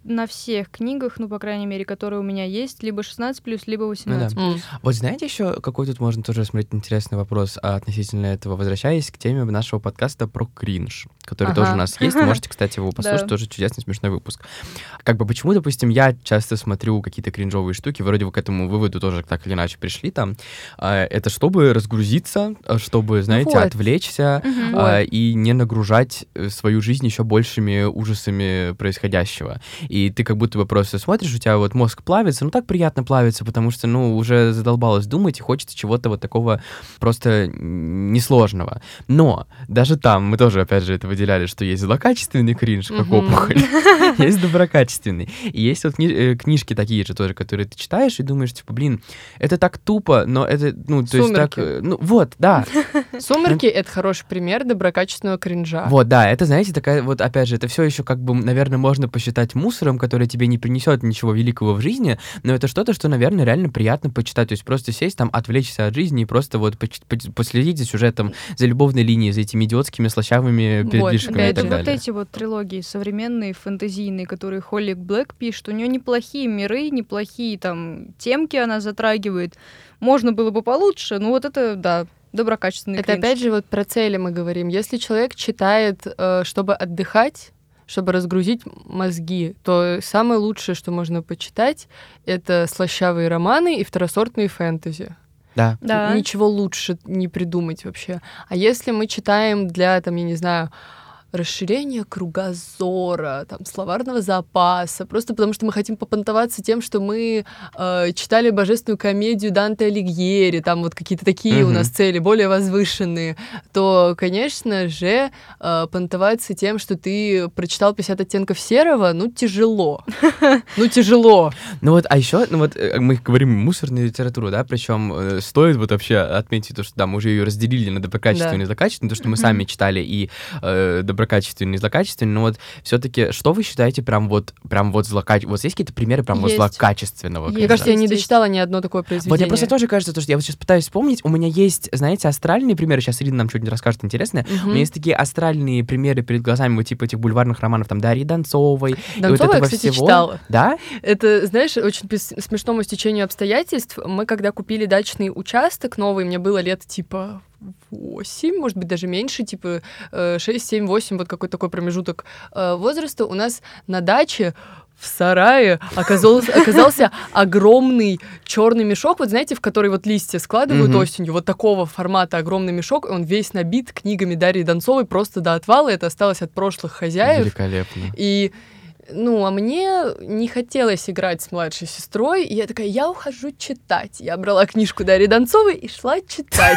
на всех книгах, ну, по крайней мере, которые у меня есть, либо шестнадцать плюс, либо восемнадцать плюс. М. Вот знаете еще, какой тут можно тоже рассмотреть интересный вопрос а, относительно этого, возвращаясь к теме нашего подкаста про кринж, который Ага. тоже у нас есть, можете, кстати, его послушать, Да. тоже чудесный, смешной выпуск. Как бы почему, допустим, я часто смотрю какие-то кринжовые штуки, вроде бы к этому выводу тоже так или иначе пришли там, а, это чтобы разгрузиться, а, чтобы, знаете, Вот. отвлечься Мгм. а, и не нагружать э, свою жизнь еще большими ужасами происходящего. И ты как будто бы просто смотришь, у тебя вот мозг плавится, ну так приятно плавится, потому что, ну, уже задолбалось думать, и хочется чего-то вот такого просто несложного. Но даже там мы тоже, опять же, это выделяли, что есть злокачественный кринж, как Мгм. опухоль, есть доброкачественный. И есть вот кни- э, книжки такие же тоже, которые ты читаешь и думаешь, типа, блин, это так тупо, но это, ну, то есть так... «Сумерки». э, Ну, вот, да. «Сумерки» — это хороший пример доброкачественного кринжа. Вот, да, это, знаете, такая вот, опять же, это все еще как бы, наверное, можно посчитать мусором, который тебе не принесет ничего великого в жизни, но это что-то, что, наверное, реально приятно почитать. То есть просто сесть там, отвлечься от жизни и просто вот поч- поч- последить за сюжетом, за любовной линией, за этими идиотскими слащавыми Вот, передвижками и Опять так же, вот далее. эти вот трилогии современные, фэнтезийные, которые Холли Блэк пишет, у нее неплохие миры, неплохие там темки она затрагивает. Можно было бы получше, но вот это, да, доброкачественный Это кринж. опять же вот про цели мы говорим. Если человек читает, э, чтобы отдыхать, чтобы разгрузить мозги, то самое лучшее, что можно почитать, это слащавые романы и второсортные фэнтези. Да. Да. Ничего лучше не придумать вообще. А если мы читаем для, там, я не знаю, расширения кругозора, там, словарного запаса, просто потому что мы хотим попонтоваться тем, что мы э, читали божественную комедию Данте Алигьери, там вот какие-то такие у Мгм. нас цели, более возвышенные, то, конечно же, э, понтоваться тем, что ты прочитал пятьдесят оттенков серого, ну, тяжело. Ну, тяжело. Ну вот, а еще, ну вот, э, мы говорим мусорную литературу, да, причем э, стоит вот вообще отметить то, что, да, мы уже ее разделили на доброкачественную и злокачественную, то, что мы сами читали и э, доброкачественную и злокачественную, но вот все-таки, что вы считаете прям вот, прям вот злокачественного? Вот есть какие-то примеры прям вот Есть. злокачественного? Есть. Мне кажется, я не Есть, есть. дочитала ни одно такое произведение. Вот я просто тоже кажется, то, что я вот сейчас пытаюсь вспомнить, у меня есть, знаете, астральные примеры, сейчас Ирина нам что-нибудь расскажет интересное, Мгм. у меня есть такие астральные примеры перед глазами, вот типа этих бульварных романов, там, Дарьи Донцовой, и вот Донцова я, этого кстати, всего. читала. Да? Это, знаешь, очень по с- смешному стечению обстоятельств. Мы, когда купили дачный участок новый, мне было лет типа восемь, может быть, даже меньше, типа шесть, семь, восемь, вот какой-то такой промежуток э, возраста. У нас на даче в сарае оказался, оказался огромный черный мешок, вот знаете, в который вот листья складывают Мгм. осенью, вот такого формата огромный мешок, и он весь набит книгами Дарьи Донцовой просто до отвала, это осталось от прошлых хозяев. Великолепно. И, ну, а мне не хотелось играть с младшей сестрой, и я такая, я ухожу читать. Я брала книжку Дарьи Донцовой и шла читать.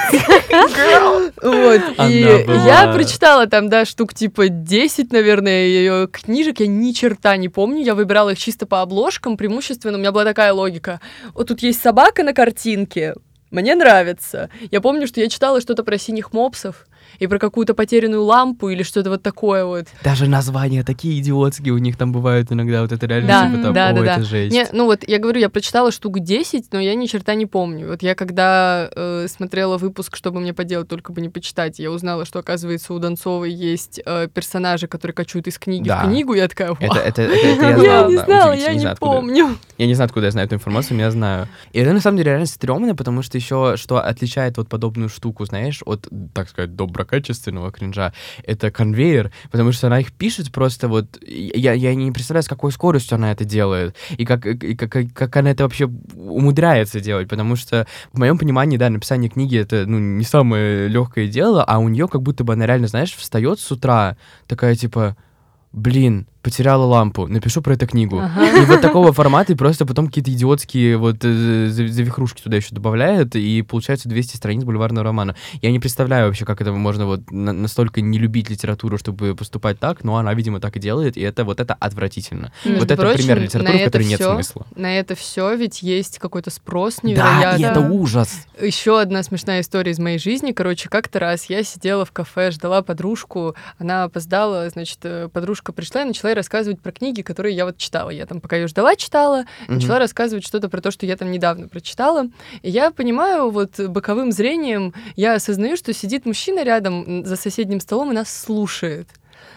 Вот, и Она была- я прочитала там, да, штук типа десять, наверное, ее книжек, я ни черта не помню, я выбирала их чисто по обложкам, преимущественно у меня была такая логика. Вот тут есть собака на картинке, мне нравится. Я помню, что я читала что-то про синих мопсов, и про какую-то потерянную лампу или что-то вот такое вот. Даже названия такие идиотские у них там бывают иногда, вот это реально Да, типа там, да, да, ой, да. это жесть. Не, ну вот я говорю, я прочитала штук десять, но я ни черта не помню. Вот я когда э, смотрела выпуск, чтобы мне поделать, только бы не почитать, я узнала, что, оказывается, у Донцовой есть э, персонажи, которые кочуют из книги Да. в книгу, я такая, вау. Это, это, это, это я Я знал, не да, знала, удивительно, я не знаю, откуда- помню. Я не знаю, откуда я знаю эту информацию, но я знаю. И это на самом деле реально стрёмно, потому что еще что отличает вот подобную штуку, знаешь, от, так сказать, доброкачественного кринжа, это конвейер, потому что она их пишет просто вот... Я, я не представляю, с какой скоростью она это делает, и как, и как, как она это вообще умудряется делать, потому что в моем понимании, да, написание книги — это, ну, не самое легкое дело, а у нее как будто бы она реально, знаешь, встает с утра, такая типа... Блин, потеряла лампу, напишу про эту книгу. Ага. И вот такого формата, и просто потом какие-то идиотские вот э, зав- завихрушки туда еще добавляют, и получается двести страниц бульварного романа. Я не представляю вообще, как это можно вот на- настолько не любить литературу, чтобы поступать так, но она, видимо, так и делает, и это вот это отвратительно. Между вот это прочим, пример на литературы, в это которой нет всё- смысла. На это все ведь есть какой-то спрос Да, и невероятный. это ужас. Еще одна смешная история из моей жизни. Короче, как-то раз я сидела в кафе, ждала подружку, она опоздала, значит, э, подружка пришла и начала ей рассказывать про книги, которые я вот читала. Я там, пока ее ждала, читала, начала Мгм. рассказывать что-то про то, что я там недавно прочитала. И я понимаю, вот боковым зрением, я осознаю, что сидит мужчина рядом м, за соседним столом и нас слушает.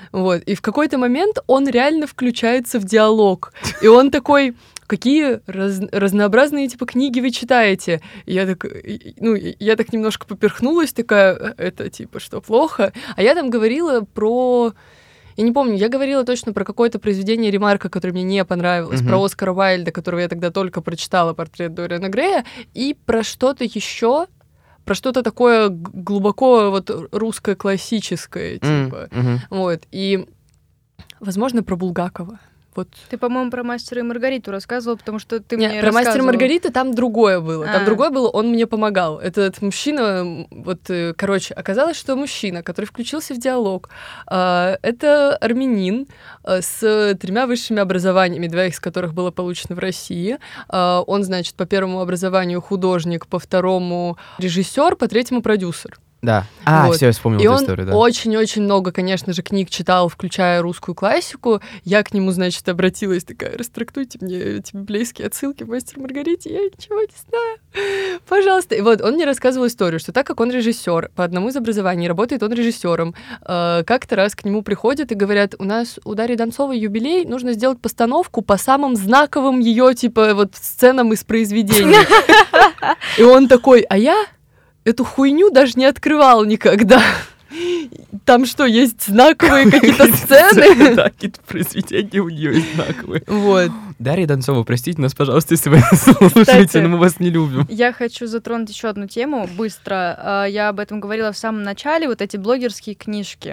Вот. И в какой-то момент он реально включается в диалог. И он такой... Какие раз, разнообразные типа книги вы читаете? И я так, ну, я так немножко поперхнулась, такая, это типа что, плохо? А я там говорила про... Я не помню, я говорила точно про какое-то произведение Ремарка, которое мне не понравилось, mm-hmm. про Оскара Уайльда, которого я тогда только прочитала, «Портрет Дориана Грея», и про что-то еще, про что-то такое глубоко вот русское классическое, типа. Mm-hmm. Вот. И, возможно, про Булгакова. Вот. Ты, по-моему, про «Мастера и Маргариту» рассказывала, потому что ты Нет, мне про рассказывала. «Мастера и Маргариту» там другое было. А. Там другое было, он мне помогал. Этот мужчина, вот, короче, оказалось, что мужчина, который включился в диалог, это армянин с тремя высшими образованиями, два из которых было получено в России. Он, значит, по первому образованию художник, по второму режиссер, по третьему продюсер. Да. А, вот. все, я вспомнил и эту он историю, да. очень-очень много, конечно же, книг читал, включая русскую классику. Я к нему, значит, обратилась такая: растрактуйте мне эти библейские отсылки в «Мастер и Маргарите», я ничего не знаю. Пожалуйста. И вот он мне рассказывал историю, что так как он режиссер, по одному из образований, работает он режиссером, э, как-то раз к нему приходят и говорят: у нас у Дарьи Донцовой юбилей, нужно сделать постановку по самым знаковым ее, типа, вот сценам из произведения. И он такой: а я эту хуйню даже не открывал никогда. Там что, есть знаковые какие-то сцены? Да, какие-то произведения у нее есть знаковые. Вот. Дарья Донцова, простите нас, пожалуйста, если вы слушаете, но мы вас не любим. Я хочу затронуть еще одну тему быстро. Я об этом говорила в самом начале, вот эти блогерские книжки.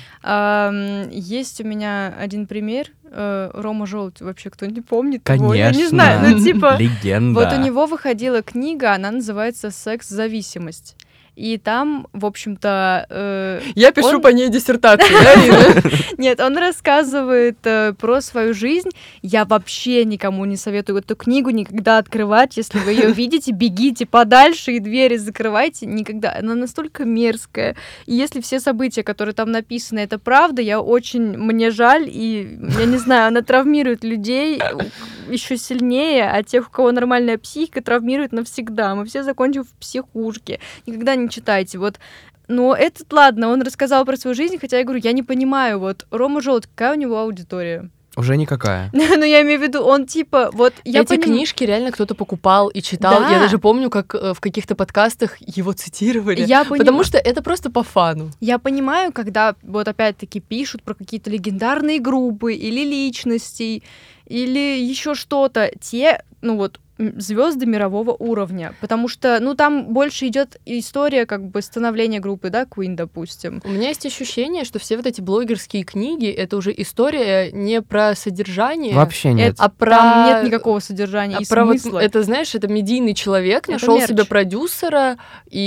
Есть у меня один пример. Рома Желудь, вообще кто-нибудь помнит? Конечно. Его? Я не знаю, ну типа... Легенда. Вот у него выходила книга, она называется «Секс-зависимость». И там, в общем-то... Э, Я пишу он... по ней диссертацию, да? Нет, он рассказывает э, про свою жизнь. Я вообще никому не советую эту книгу никогда открывать. Если вы ее видите, бегите подальше и двери закрывайте. Никогда. Она настолько мерзкая. И если все события, которые там написаны, это правда, я очень... Мне жаль, и, я не знаю, она травмирует людей еще сильнее, а тех, у кого нормальная психика, травмирует навсегда. Мы все закончим в психушке. Никогда не читайте. Вот. Но этот, ладно, он рассказал про свою жизнь, хотя я говорю, я не понимаю, вот Рома Желудь, какая у него аудитория? Уже никакая. Ну, я имею в виду, он типа, вот... Я Эти поним... книжки реально кто-то покупал и читал. Да. Я даже помню, как в каких-то подкастах его цитировали. Я поним... Потому что это просто по фану. Я понимаю, когда вот опять-таки пишут про какие-то легендарные группы или личностей, или еще что-то. Те, ну вот, звезды мирового уровня, потому что, ну, там больше идет история как бы становления группы, да, Queen, допустим. У меня есть ощущение, что все вот эти блогерские книги — это уже история не про содержание. Вообще нет. Это, а про... Там нет никакого содержания а и про смысла. Вот, это, знаешь, это медийный человек, нашел себе продюсера,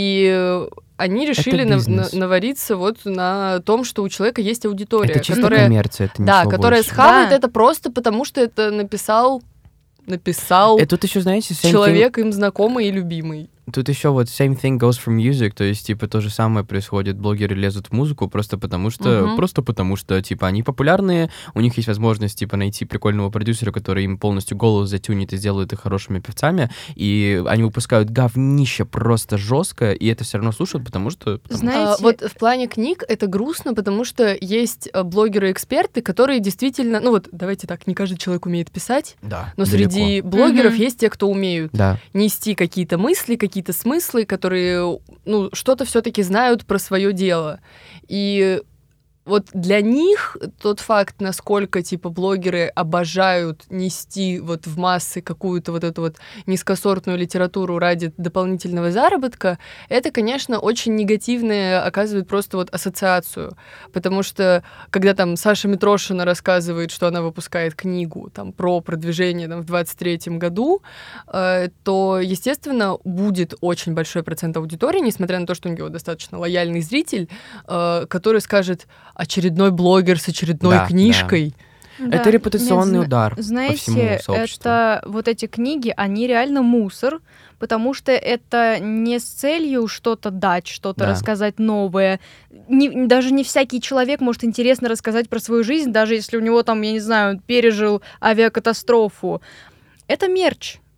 и они решили на, на, навариться вот на том, что у человека есть аудитория. Это чисто которая, коммерция, это да, ничего которая больше. схавает Да. это просто потому, что это написал... написал И тут еще, знаете, same человек thing... им знакомый и любимый. Тут еще вот same thing goes for music, то есть, типа, то же самое происходит. Блогеры лезут в музыку просто потому, что, Uh-huh. просто потому что, типа, они популярные, у них есть возможность, типа, найти прикольного продюсера, который им полностью голос затюнит и сделает их хорошими певцами, и они выпускают говнище просто жестко, и это все равно слушают, потому что... Потому... Знаете... А, вот в плане книг это грустно, потому что есть блогеры-эксперты, которые действительно... Ну вот, давайте так, не каждый человек умеет писать, Да, но далеко. среди блогеров Uh-huh. есть те, кто умеют Да. нести какие-то мысли, какие какие-то смыслы, которые, ну, что-то все-таки знают про свое дело. И вот для них тот факт, насколько, типа, блогеры обожают нести вот в массы какую-то вот эту вот низкосортную литературу ради дополнительного заработка, это, конечно, очень негативное оказывает просто вот ассоциацию. Потому что, когда там Саша Митрошина рассказывает, что она выпускает книгу там про продвижение там, в двадцать третьем году, э, то, естественно, будет очень большой процент аудитории, несмотря на то, что у него достаточно лояльный зритель, э, который скажет: очередной блогер с очередной Да, книжкой. Да. Это репутационный Нет, удар знаете, по всему сообществу. Это вот эти книги, они реально мусор, потому что это не с целью что-то дать, что-то Да. рассказать новое. Не, даже не всякий человек может интересно рассказать про свою жизнь, даже если у него там, я не знаю, он пережил авиакатастрофу. Это мерч.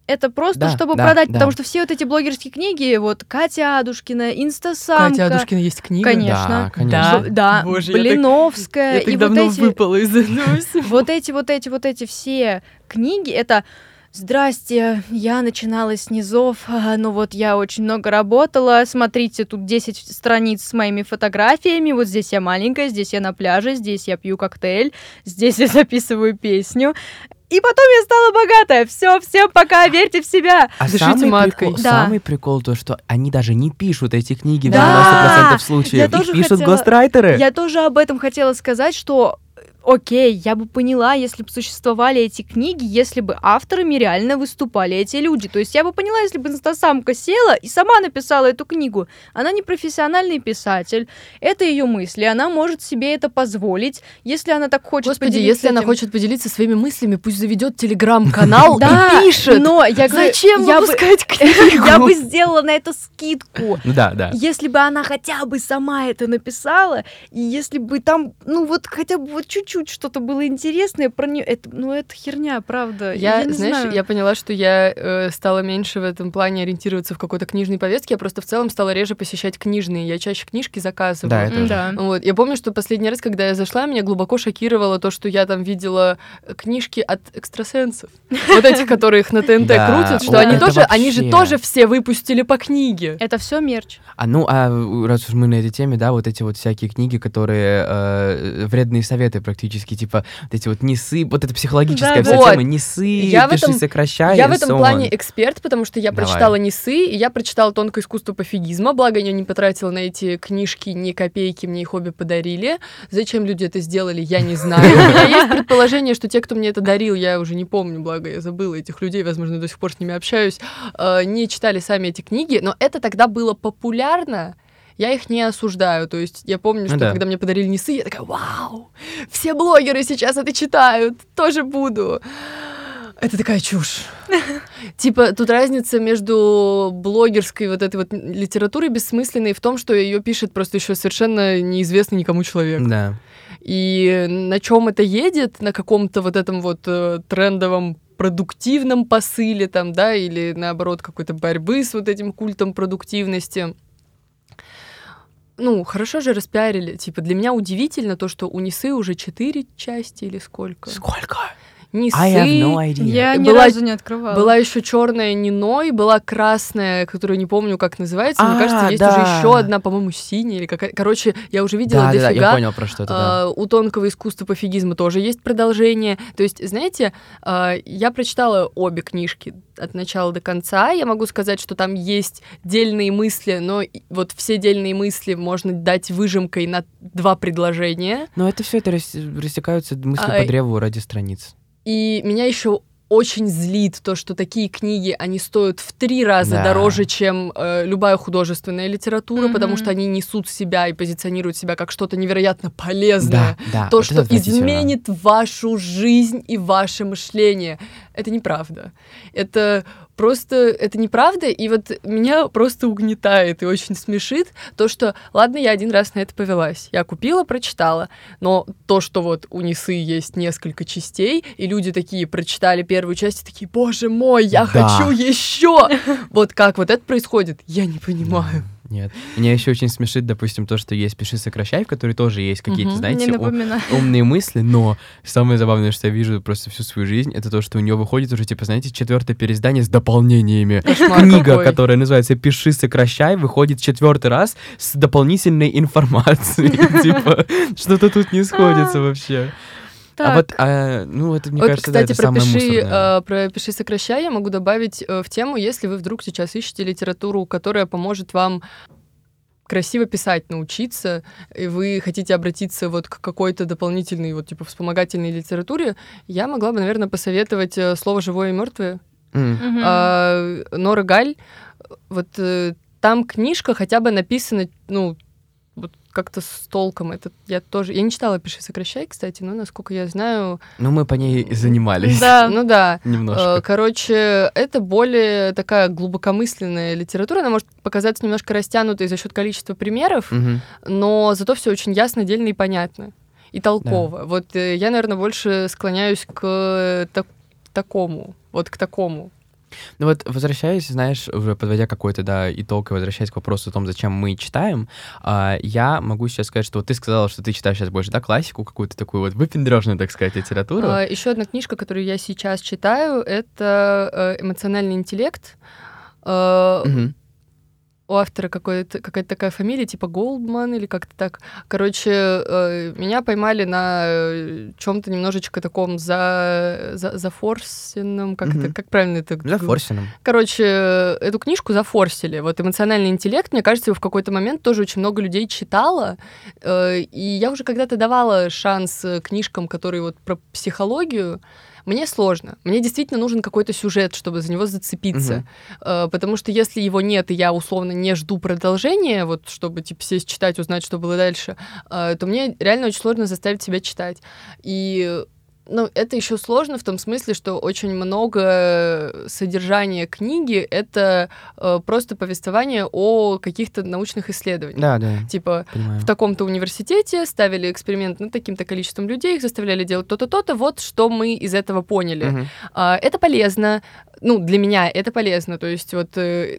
это просто Да, чтобы да, продать, да. потому что все вот эти блогерские книги, вот Катя Адушкина, Инстасамка. Катя Адушкина есть книга? Конечно. Да, конечно. Б- Да, Боже, я так- Блиновская. Я так и давно вот эти, выпала из этого всего. вот эти, вот эти, вот эти все книги, это... Здрасте, я начинала с низов, а, ну вот я очень много работала, смотрите, тут десять страниц с моими фотографиями, вот здесь я маленькая, здесь я на пляже, здесь я пью коктейль, здесь я записываю песню. И потом я стала богатая. Все, всем пока, верьте в себя. А Дышите самый маткой. прикол, Да. самый прикол то, что они даже не пишут эти книги в Да. девяносто процентов случаев. Я Их тоже пишут хотела- гострайтеры. Я тоже об этом хотела сказать, что окей, я бы поняла, если бы существовали эти книги, если бы авторами реально выступали эти люди. То есть я бы поняла, если бы Инстасамка села и сама написала эту книгу. Она не профессиональный писатель, это ее мысли, она может себе это позволить, если она так хочет Господи, поделиться если она этим. хочет поделиться своими мыслями, пусть заведет телеграм-канал Да, и пишет. но я говорю, Зачем я бы- выпускать книгу? Я бы сделала на это скидку. Ну да, да. Если бы она хотя бы сама это написала, и если бы там, ну вот хотя бы вот чуть-чуть что-то было интересное про нее, это, ну это херня, правда. Я, не знаешь, знаю. я поняла, что я э, стала меньше в этом плане ориентироваться в какой-то книжной повестке, я просто в целом стала реже посещать книжные, я чаще книжки заказываю. Да, это Да. Вот. Я помню, что последний раз, когда я зашла, меня глубоко шокировало то, что я там видела книжки от экстрасенсов. Вот этих, которые их на ТНТ Да, крутят, что о, они это тоже, они же вообще. тоже все выпустили по книге. Это все мерч. А ну, а раз уж мы на этой теме, да, вот эти вот всякие книги, которые э, вредные советы практически, типа вот эти вот не ссы, вот эта психологическая Да, вся вот. тема, не ссы, Я в пиши, этом- сокращай, Я в and этом so плане on. эксперт, потому что я Давай. прочитала Нисы, и я прочитала «Тонкое искусство пофигизма», благо я не потратила на эти книжки ни копейки, мне их обе подарили. Зачем люди это сделали, я не знаю. У меня есть предположение, что те, кто мне это дарил, я уже не помню, благо я забыла этих людей, возможно, до сих пор с ними общаюсь, э, не читали сами эти книги, но это тогда было популярно. Я их не осуждаю, то есть я помню, что Ну да. когда мне подарили Нисы, я такая: вау, все блогеры сейчас это читают, тоже буду. Это такая чушь. Типа, тут разница между блогерской вот этой вот литературой бессмысленной в том, что ее пишет просто еще совершенно неизвестный никому человек. Да. И на чем это едет, на каком-то вот этом вот э, трендовом продуктивном посыле там, да, или наоборот какой-то борьбы с вот этим культом продуктивности. Ну, хорошо же распиарили. Типа, для меня удивительно то, что у Нисы уже четыре части или сколько. Сколько? Нисы. I have no idea. Я ни Была- разу не открывала. Была еще черная Ниной, была красная, которую не помню, как называется. Мне А, кажется, есть да. уже еще одна, по-моему, синяя или какая. Короче, я уже видела Да, да, да, дофига. я понял про что это, да. А, у тонкого искусства пофигизма тоже есть продолжение. То есть, знаете, а, я прочитала обе книжки от начала до конца. Я могу сказать, что там есть дельные мысли, но и- вот все дельные мысли можно дать выжимкой на два предложения. Но это все это рас- растекаются мысли А, по древу ради страниц. И меня еще очень злит то, что такие книги, они стоят в три раза Да. дороже, чем э, любая художественная литература, Мгм. потому что они несут себя и позиционируют себя как что-то невероятно полезное. Да, да. То, вот что это отвратительно. изменит вашу жизнь и ваше мышление. Это неправда. Это просто, это неправда, и вот меня просто угнетает и очень смешит то, что, ладно, я один раз на это повелась. Я купила, прочитала, но то, что вот у Нисы есть несколько частей, и люди такие прочитали первую часть и такие: боже мой, я Да. хочу еще! Вот как вот это происходит, я не понимаю. Нет. Меня еще очень смешит, допустим, то, что есть «Пиши, сокращай», в которой тоже есть какие-то, Мгм. знаете, Не у- напоминаю. умные мысли, но самое забавное, что я вижу просто всю свою жизнь, это то, что у нее выходит уже, типа, знаете, четвертое переиздание с дополнениями. Кошмар Книга, какой. которая называется «Пиши, сокращай», выходит четвертый раз с дополнительной информацией. Типа, что-то тут не сходится вообще. А Так, вот, а, ну, это, мне Вот, кажется, да, кстати, это про самое пиши, мусорное. э, про пиши, сокращай я могу добавить э, в тему, если вы вдруг сейчас ищете литературу, которая поможет вам красиво писать, научиться, и вы хотите обратиться вот к какой-то дополнительной, вот типа вспомогательной литературе, я могла бы, наверное, посоветовать э, «Слово живое и мертвое». М. мгм. А, Нора Галь, вот э, там книжка хотя бы написана, ну, вот как-то с толком. Это я тоже... Я не читала «Пиши, сокращай», кстати, но, насколько я знаю... Ну, мы по ней и занимались. Да. Ну да. Э, Немножко. Короче, это более такая глубокомысленная литература. Она может показаться немножко растянутой за счет количества примеров, Мгм. но но зато все очень ясно, дельно и понятно. И толково. Вот э, я, наверное, больше склоняюсь к так- такому. Вот к такому. Ну вот, возвращаясь, знаешь, уже подводя какой-то, да, итог и возвращаясь к вопросу о том, зачем мы читаем, а, я могу сейчас сказать, что вот ты сказала, что ты читаешь сейчас больше, да, классику, какую-то такую вот выпендрежную, так сказать, литературу. А, еще одна книжка, которую я сейчас читаю, это «Эмоциональный интеллект». А, Мгм. у автора какой-то, какая-то такая фамилия, типа Голдман или как-то так. Короче, э, меня поймали на чем-то немножечко таком за, за, зафорсенном, как Мгм. это, как правильно это? За Форсином. Короче, эту книжку зафорсили. Вот «Эмоциональный интеллект», мне кажется, его в какой-то момент тоже очень много людей читало. Э, и я уже когда-то давала шанс э, книжкам, которые вот про психологию. Мне сложно. Мне действительно нужен какой-то сюжет, чтобы за него зацепиться. Мгм. Э, потому что если его нет, и я условно не жду продолжения, вот чтобы типа сесть читать, узнать, что было дальше, э, то мне реально очень сложно заставить себя читать. И ну, это еще сложно в том смысле, что очень много содержания книги — это э, просто повествование о каких-то научных исследованиях. Да, да, Типа понимаю. в таком-то университете ставили эксперимент над таким-то количеством людей, их заставляли делать то-то, то-то, вот что мы из этого поняли. Мгм. А, это полезно. Ну, для меня это полезно. То есть вот э,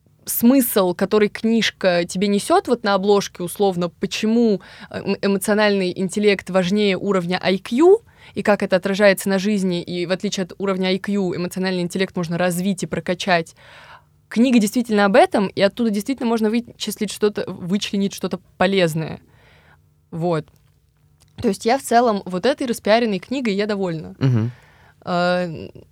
смысл, который книжка тебе несет вот на обложке, условно, почему э- эмоциональный интеллект важнее уровня ай кью, и как это отражается на жизни, и в отличие от уровня ай кью эмоциональный интеллект можно развить и прокачать. Книга действительно об этом, и оттуда действительно можно вычислить что-то, вычленить что-то полезное. Вот. То есть я в целом вот этой распиаренной книгой я довольна. Мгм. А,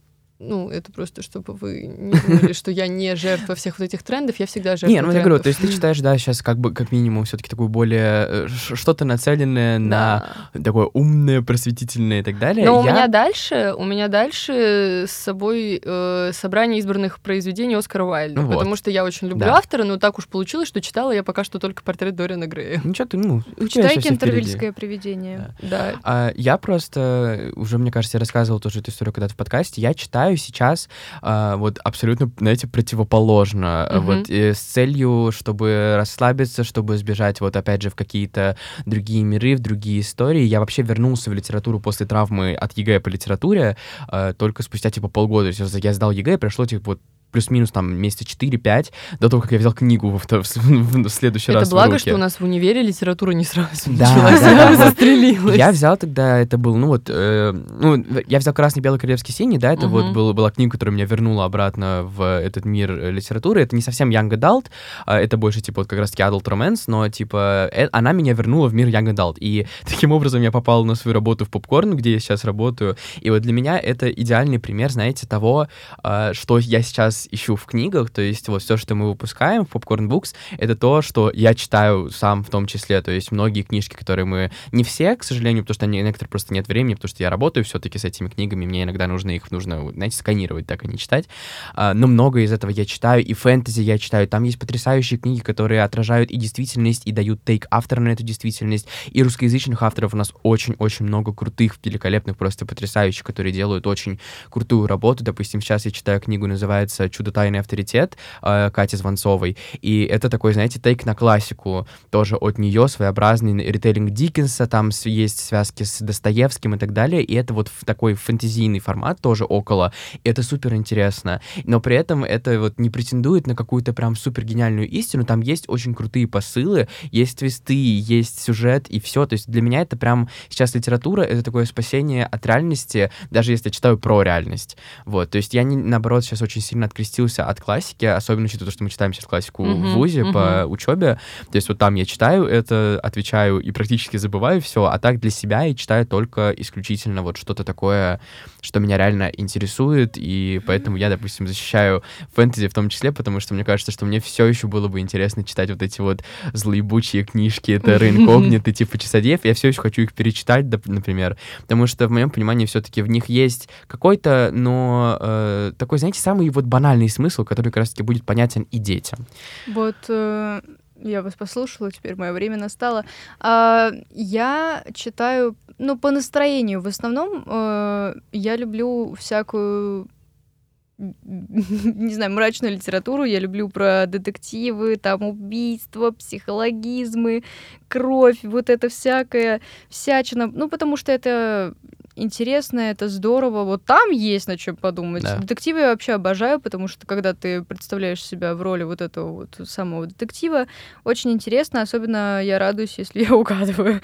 ну, это просто, чтобы вы не думали, что я не жертва всех вот этих трендов, я всегда жертва Не, ну я говорю, трендов. то есть ты читаешь, да, сейчас как бы как минимум все-таки такую более э, ш- что-то нацеленное на Да. такое умное, просветительное и так далее. Но у Я- меня дальше, у меня дальше с собой э, собрание избранных произведений Оскара Уайльда, Ну вот. потому что я очень люблю Да. автора, но так уж получилось, что читала я пока что только портрет Дориана Грея. Ничего ты, ну, у тебя Читай ещё всё впереди. «Кентервильское привидение». Да. А, я просто, уже, мне кажется, я рассказывал тоже эту историю когда-то в подкасте, я читаю сейчас а, вот абсолютно, знаете, противоположно, Мгм. вот э, с целью, чтобы расслабиться, чтобы сбежать вот опять же в какие-то другие миры, в другие истории. Я вообще вернулся в литературу после травмы от ЕГЭ по литературе а, только спустя типа полгода. То есть я сдал ЕГЭ, прошло типа вот плюс-минус там месяца четыре-пять до того, как я взял книгу во втор- в следующий Это раз в благо, руки. что у нас в универе литература не сразу Да, началась, да, да, а вот. застрелилась. Я взял тогда, это был, ну вот, э, ну, я взял «Красный, белый, королевский, синий», да, это Мгм. вот был, была книга, которая меня вернула обратно в этот мир э, литературы. Это не совсем young adult, а это больше, типа, вот как раз-таки adult romance, но, типа, э, она меня вернула в мир young adult. И таким образом я попал на свою работу в Попкорн, где я сейчас работаю. И вот для меня это идеальный пример, знаете, того, э, что я сейчас ищу в книгах. То есть вот все, что мы выпускаем в Popcorn Books, это то, что я читаю сам в том числе. То есть многие книжки, которые мы... Не все, к сожалению, потому что они, некоторые просто нет времени, потому что я работаю все-таки с этими книгами, мне иногда нужно их, нужно, знаете, сканировать, так и не читать. А, но много из этого я читаю, и фэнтези я читаю. Там есть потрясающие книги, которые отражают и действительность, и дают тейк автора на эту действительность. И русскоязычных авторов у нас очень-очень много крутых, великолепных, просто потрясающих, которые делают очень крутую работу. Допустим, сейчас я читаю книгу, называется «Чудо, тайный авторитет» э, Кати Звонцовой. И это такой, знаете, тейк на классику. Тоже от нее своеобразный ритейлинг Диккенса, там с- есть связки с Достоевским и так далее. И это вот в такой фэнтезийный формат тоже около. И это супер интересно. Но при этом это вот не претендует на какую-то прям супер гениальную истину. Там есть очень крутые посылы, есть твисты, есть сюжет и все. То есть для меня это прям сейчас литература, это такое спасение от реальности, даже если я читаю про реальность. Вот. То есть я, не, наоборот, сейчас очень сильно открестился от классики, особенно учитывая то, что мы читаем сейчас классику Мгм, в ВУЗе мгм. по учебе. То есть вот там я читаю это, отвечаю и практически забываю все, а так для себя я читаю только исключительно вот что-то такое, что меня реально интересует, и поэтому я, допустим, защищаю фэнтези в том числе, потому что мне кажется, что мне все еще было бы интересно читать вот эти вот злоебучие книжки, это Рейнкогнит и типа Часодеев, я все еще хочу их перечитать, доп- например, потому что в моем понимании все-таки в них есть какой-то, но э, такой, знаете, самый вот банальный смысл, который как раз-таки будет понятен и детям. Вот э, я вас послушала, теперь мое время настало. А, я читаю, ну, по настроению. В основном э, я люблю всякую, не знаю, мрачную литературу. Я люблю про детективы, там убийства, психологизмы, кровь, вот это всякое, всячина. Ну, потому что это интересно, это здорово. Вот там есть над чем подумать. Да. Детективы я вообще обожаю, потому что когда ты представляешь себя в роли вот этого вот самого детектива, очень интересно. Особенно я радуюсь, если я угадываю.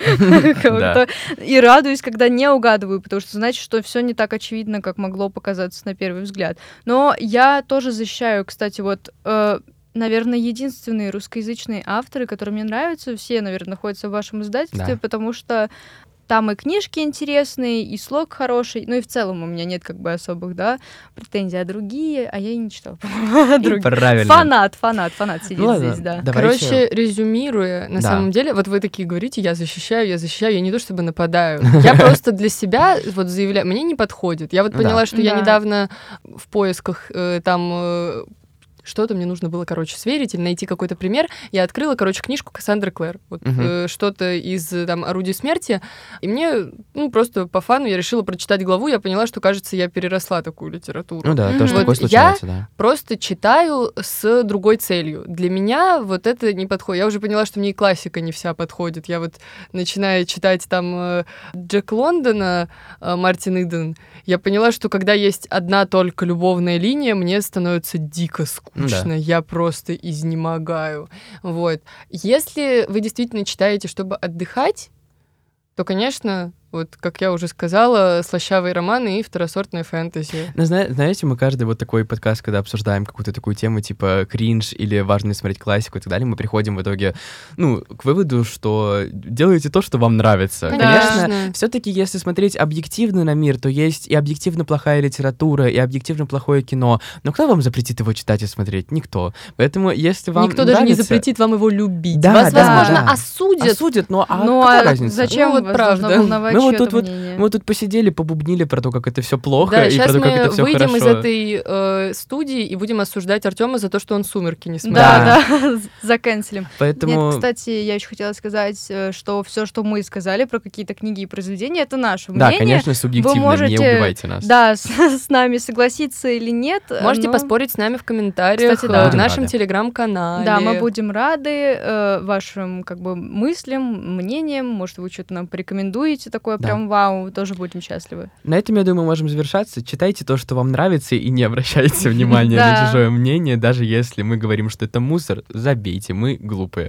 И радуюсь, когда не угадываю, потому что значит, что все не так очевидно, как могло показаться на первый взгляд. Но я тоже защищаю, кстати, вот... Наверное, единственные русскоязычные авторы, которые мне нравятся, все, наверное, находятся в вашем издательстве, да. потому что там и книжки интересные, и слог хороший, ну и в целом у меня нет как бы особых, да, претензий, а другие, а я и не читала. Правильно. Фанат, фанат, фанат сидит здесь, да. Короче, резюмируя, на самом деле, вот вы такие говорите, я защищаю, я защищаю, я не то чтобы нападаю, я просто для себя вот заявляю, мне не подходит. Я вот поняла, что я недавно в поисках там... Что-то мне нужно было, короче, сверить или найти какой-то пример. Я открыла, короче, книжку Кассандры Клэр. Вот, uh-huh. э, что-то из там «Орудий смерти». И мне, ну, просто по фану я решила прочитать главу. Я поняла, что, кажется, я переросла такую литературу. Ну да, mm-hmm. тоже вот такое случается, я да. просто читаю с другой целью. Для меня вот это не подходит. Я уже поняла, что мне и классика не вся подходит. Я вот начинаю читать там э, Джек Лондона, э, Мартин Иден. Я поняла, что когда есть одна только любовная линия, мне становится дико скучно. Да. Я просто изнемогаю. Вот. Если вы действительно читаете, чтобы отдыхать, то, конечно, вот, как я уже сказала, слащавые романы и второсортная фэнтези. Ну, зна- знаете, мы каждый вот такой подкаст, когда обсуждаем какую-то такую тему, типа кринж или важно смотреть классику и так далее, мы приходим в итоге, ну, к выводу, что делайте то, что вам нравится. Конечно. Конечно, все-таки, если смотреть объективно на мир, то есть и объективно плохая литература, и объективно плохое кино. Но кто вам запретит его читать и смотреть? Никто. Поэтому, если вам Никто нравится... даже не запретит вам его любить. Да, Вас, да, возможно, да. осудят. Осудят, но а ну, какая а разница? зачем ну, вот вас правда. должно волновать Мы вот чьё-то тут вот, мнение? мы тут посидели, побубнили про то, как это все плохо, Да, и сейчас про то, как это мы все выйдем хорошо. из этой э, студии и будем осуждать Артема за то, что он «Сумерки» не смотрел. Да, да, заканцелим. Поэтому... Нет, кстати, я еще хотела сказать, что все, что мы сказали про какие-то книги и произведения, это наше Да, мнение. конечно, субъективно, Вы можете, не убивайте нас. Да, с, с нами согласиться или нет. Можете но... поспорить с нами в комментариях. Кстати, да. В нашем рады. телеграм-канале. Да, мы будем рады э, вашим как бы мыслям, мнениям. Может, вы что-то нам порекомендуете такое, Да. прям вау, тоже будем счастливы. На этом, я думаю, можем завершаться. Читайте то, что вам нравится, и не обращайте внимания Да. на чужое мнение, даже если мы говорим, что это мусор, забейте, мы глупые.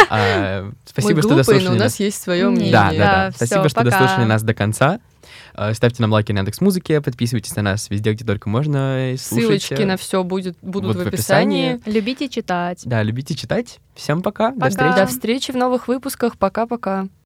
А, Спасибо, мы что глупые, дослушали но у нас. нас есть свое Да, мнение. Да, да, Да, да. всё, Спасибо, что пока. дослушали нас до конца. А, Ставьте нам лайки на Яндекс.Музыке, подписывайтесь на нас везде, где только можно. И слушайте. Ссылочки на все будет, будут Вот в в описании. описании. Любите читать. Да, любите читать. Всем пока. До Пока. встречи. До встречи в новых выпусках. Пока-пока.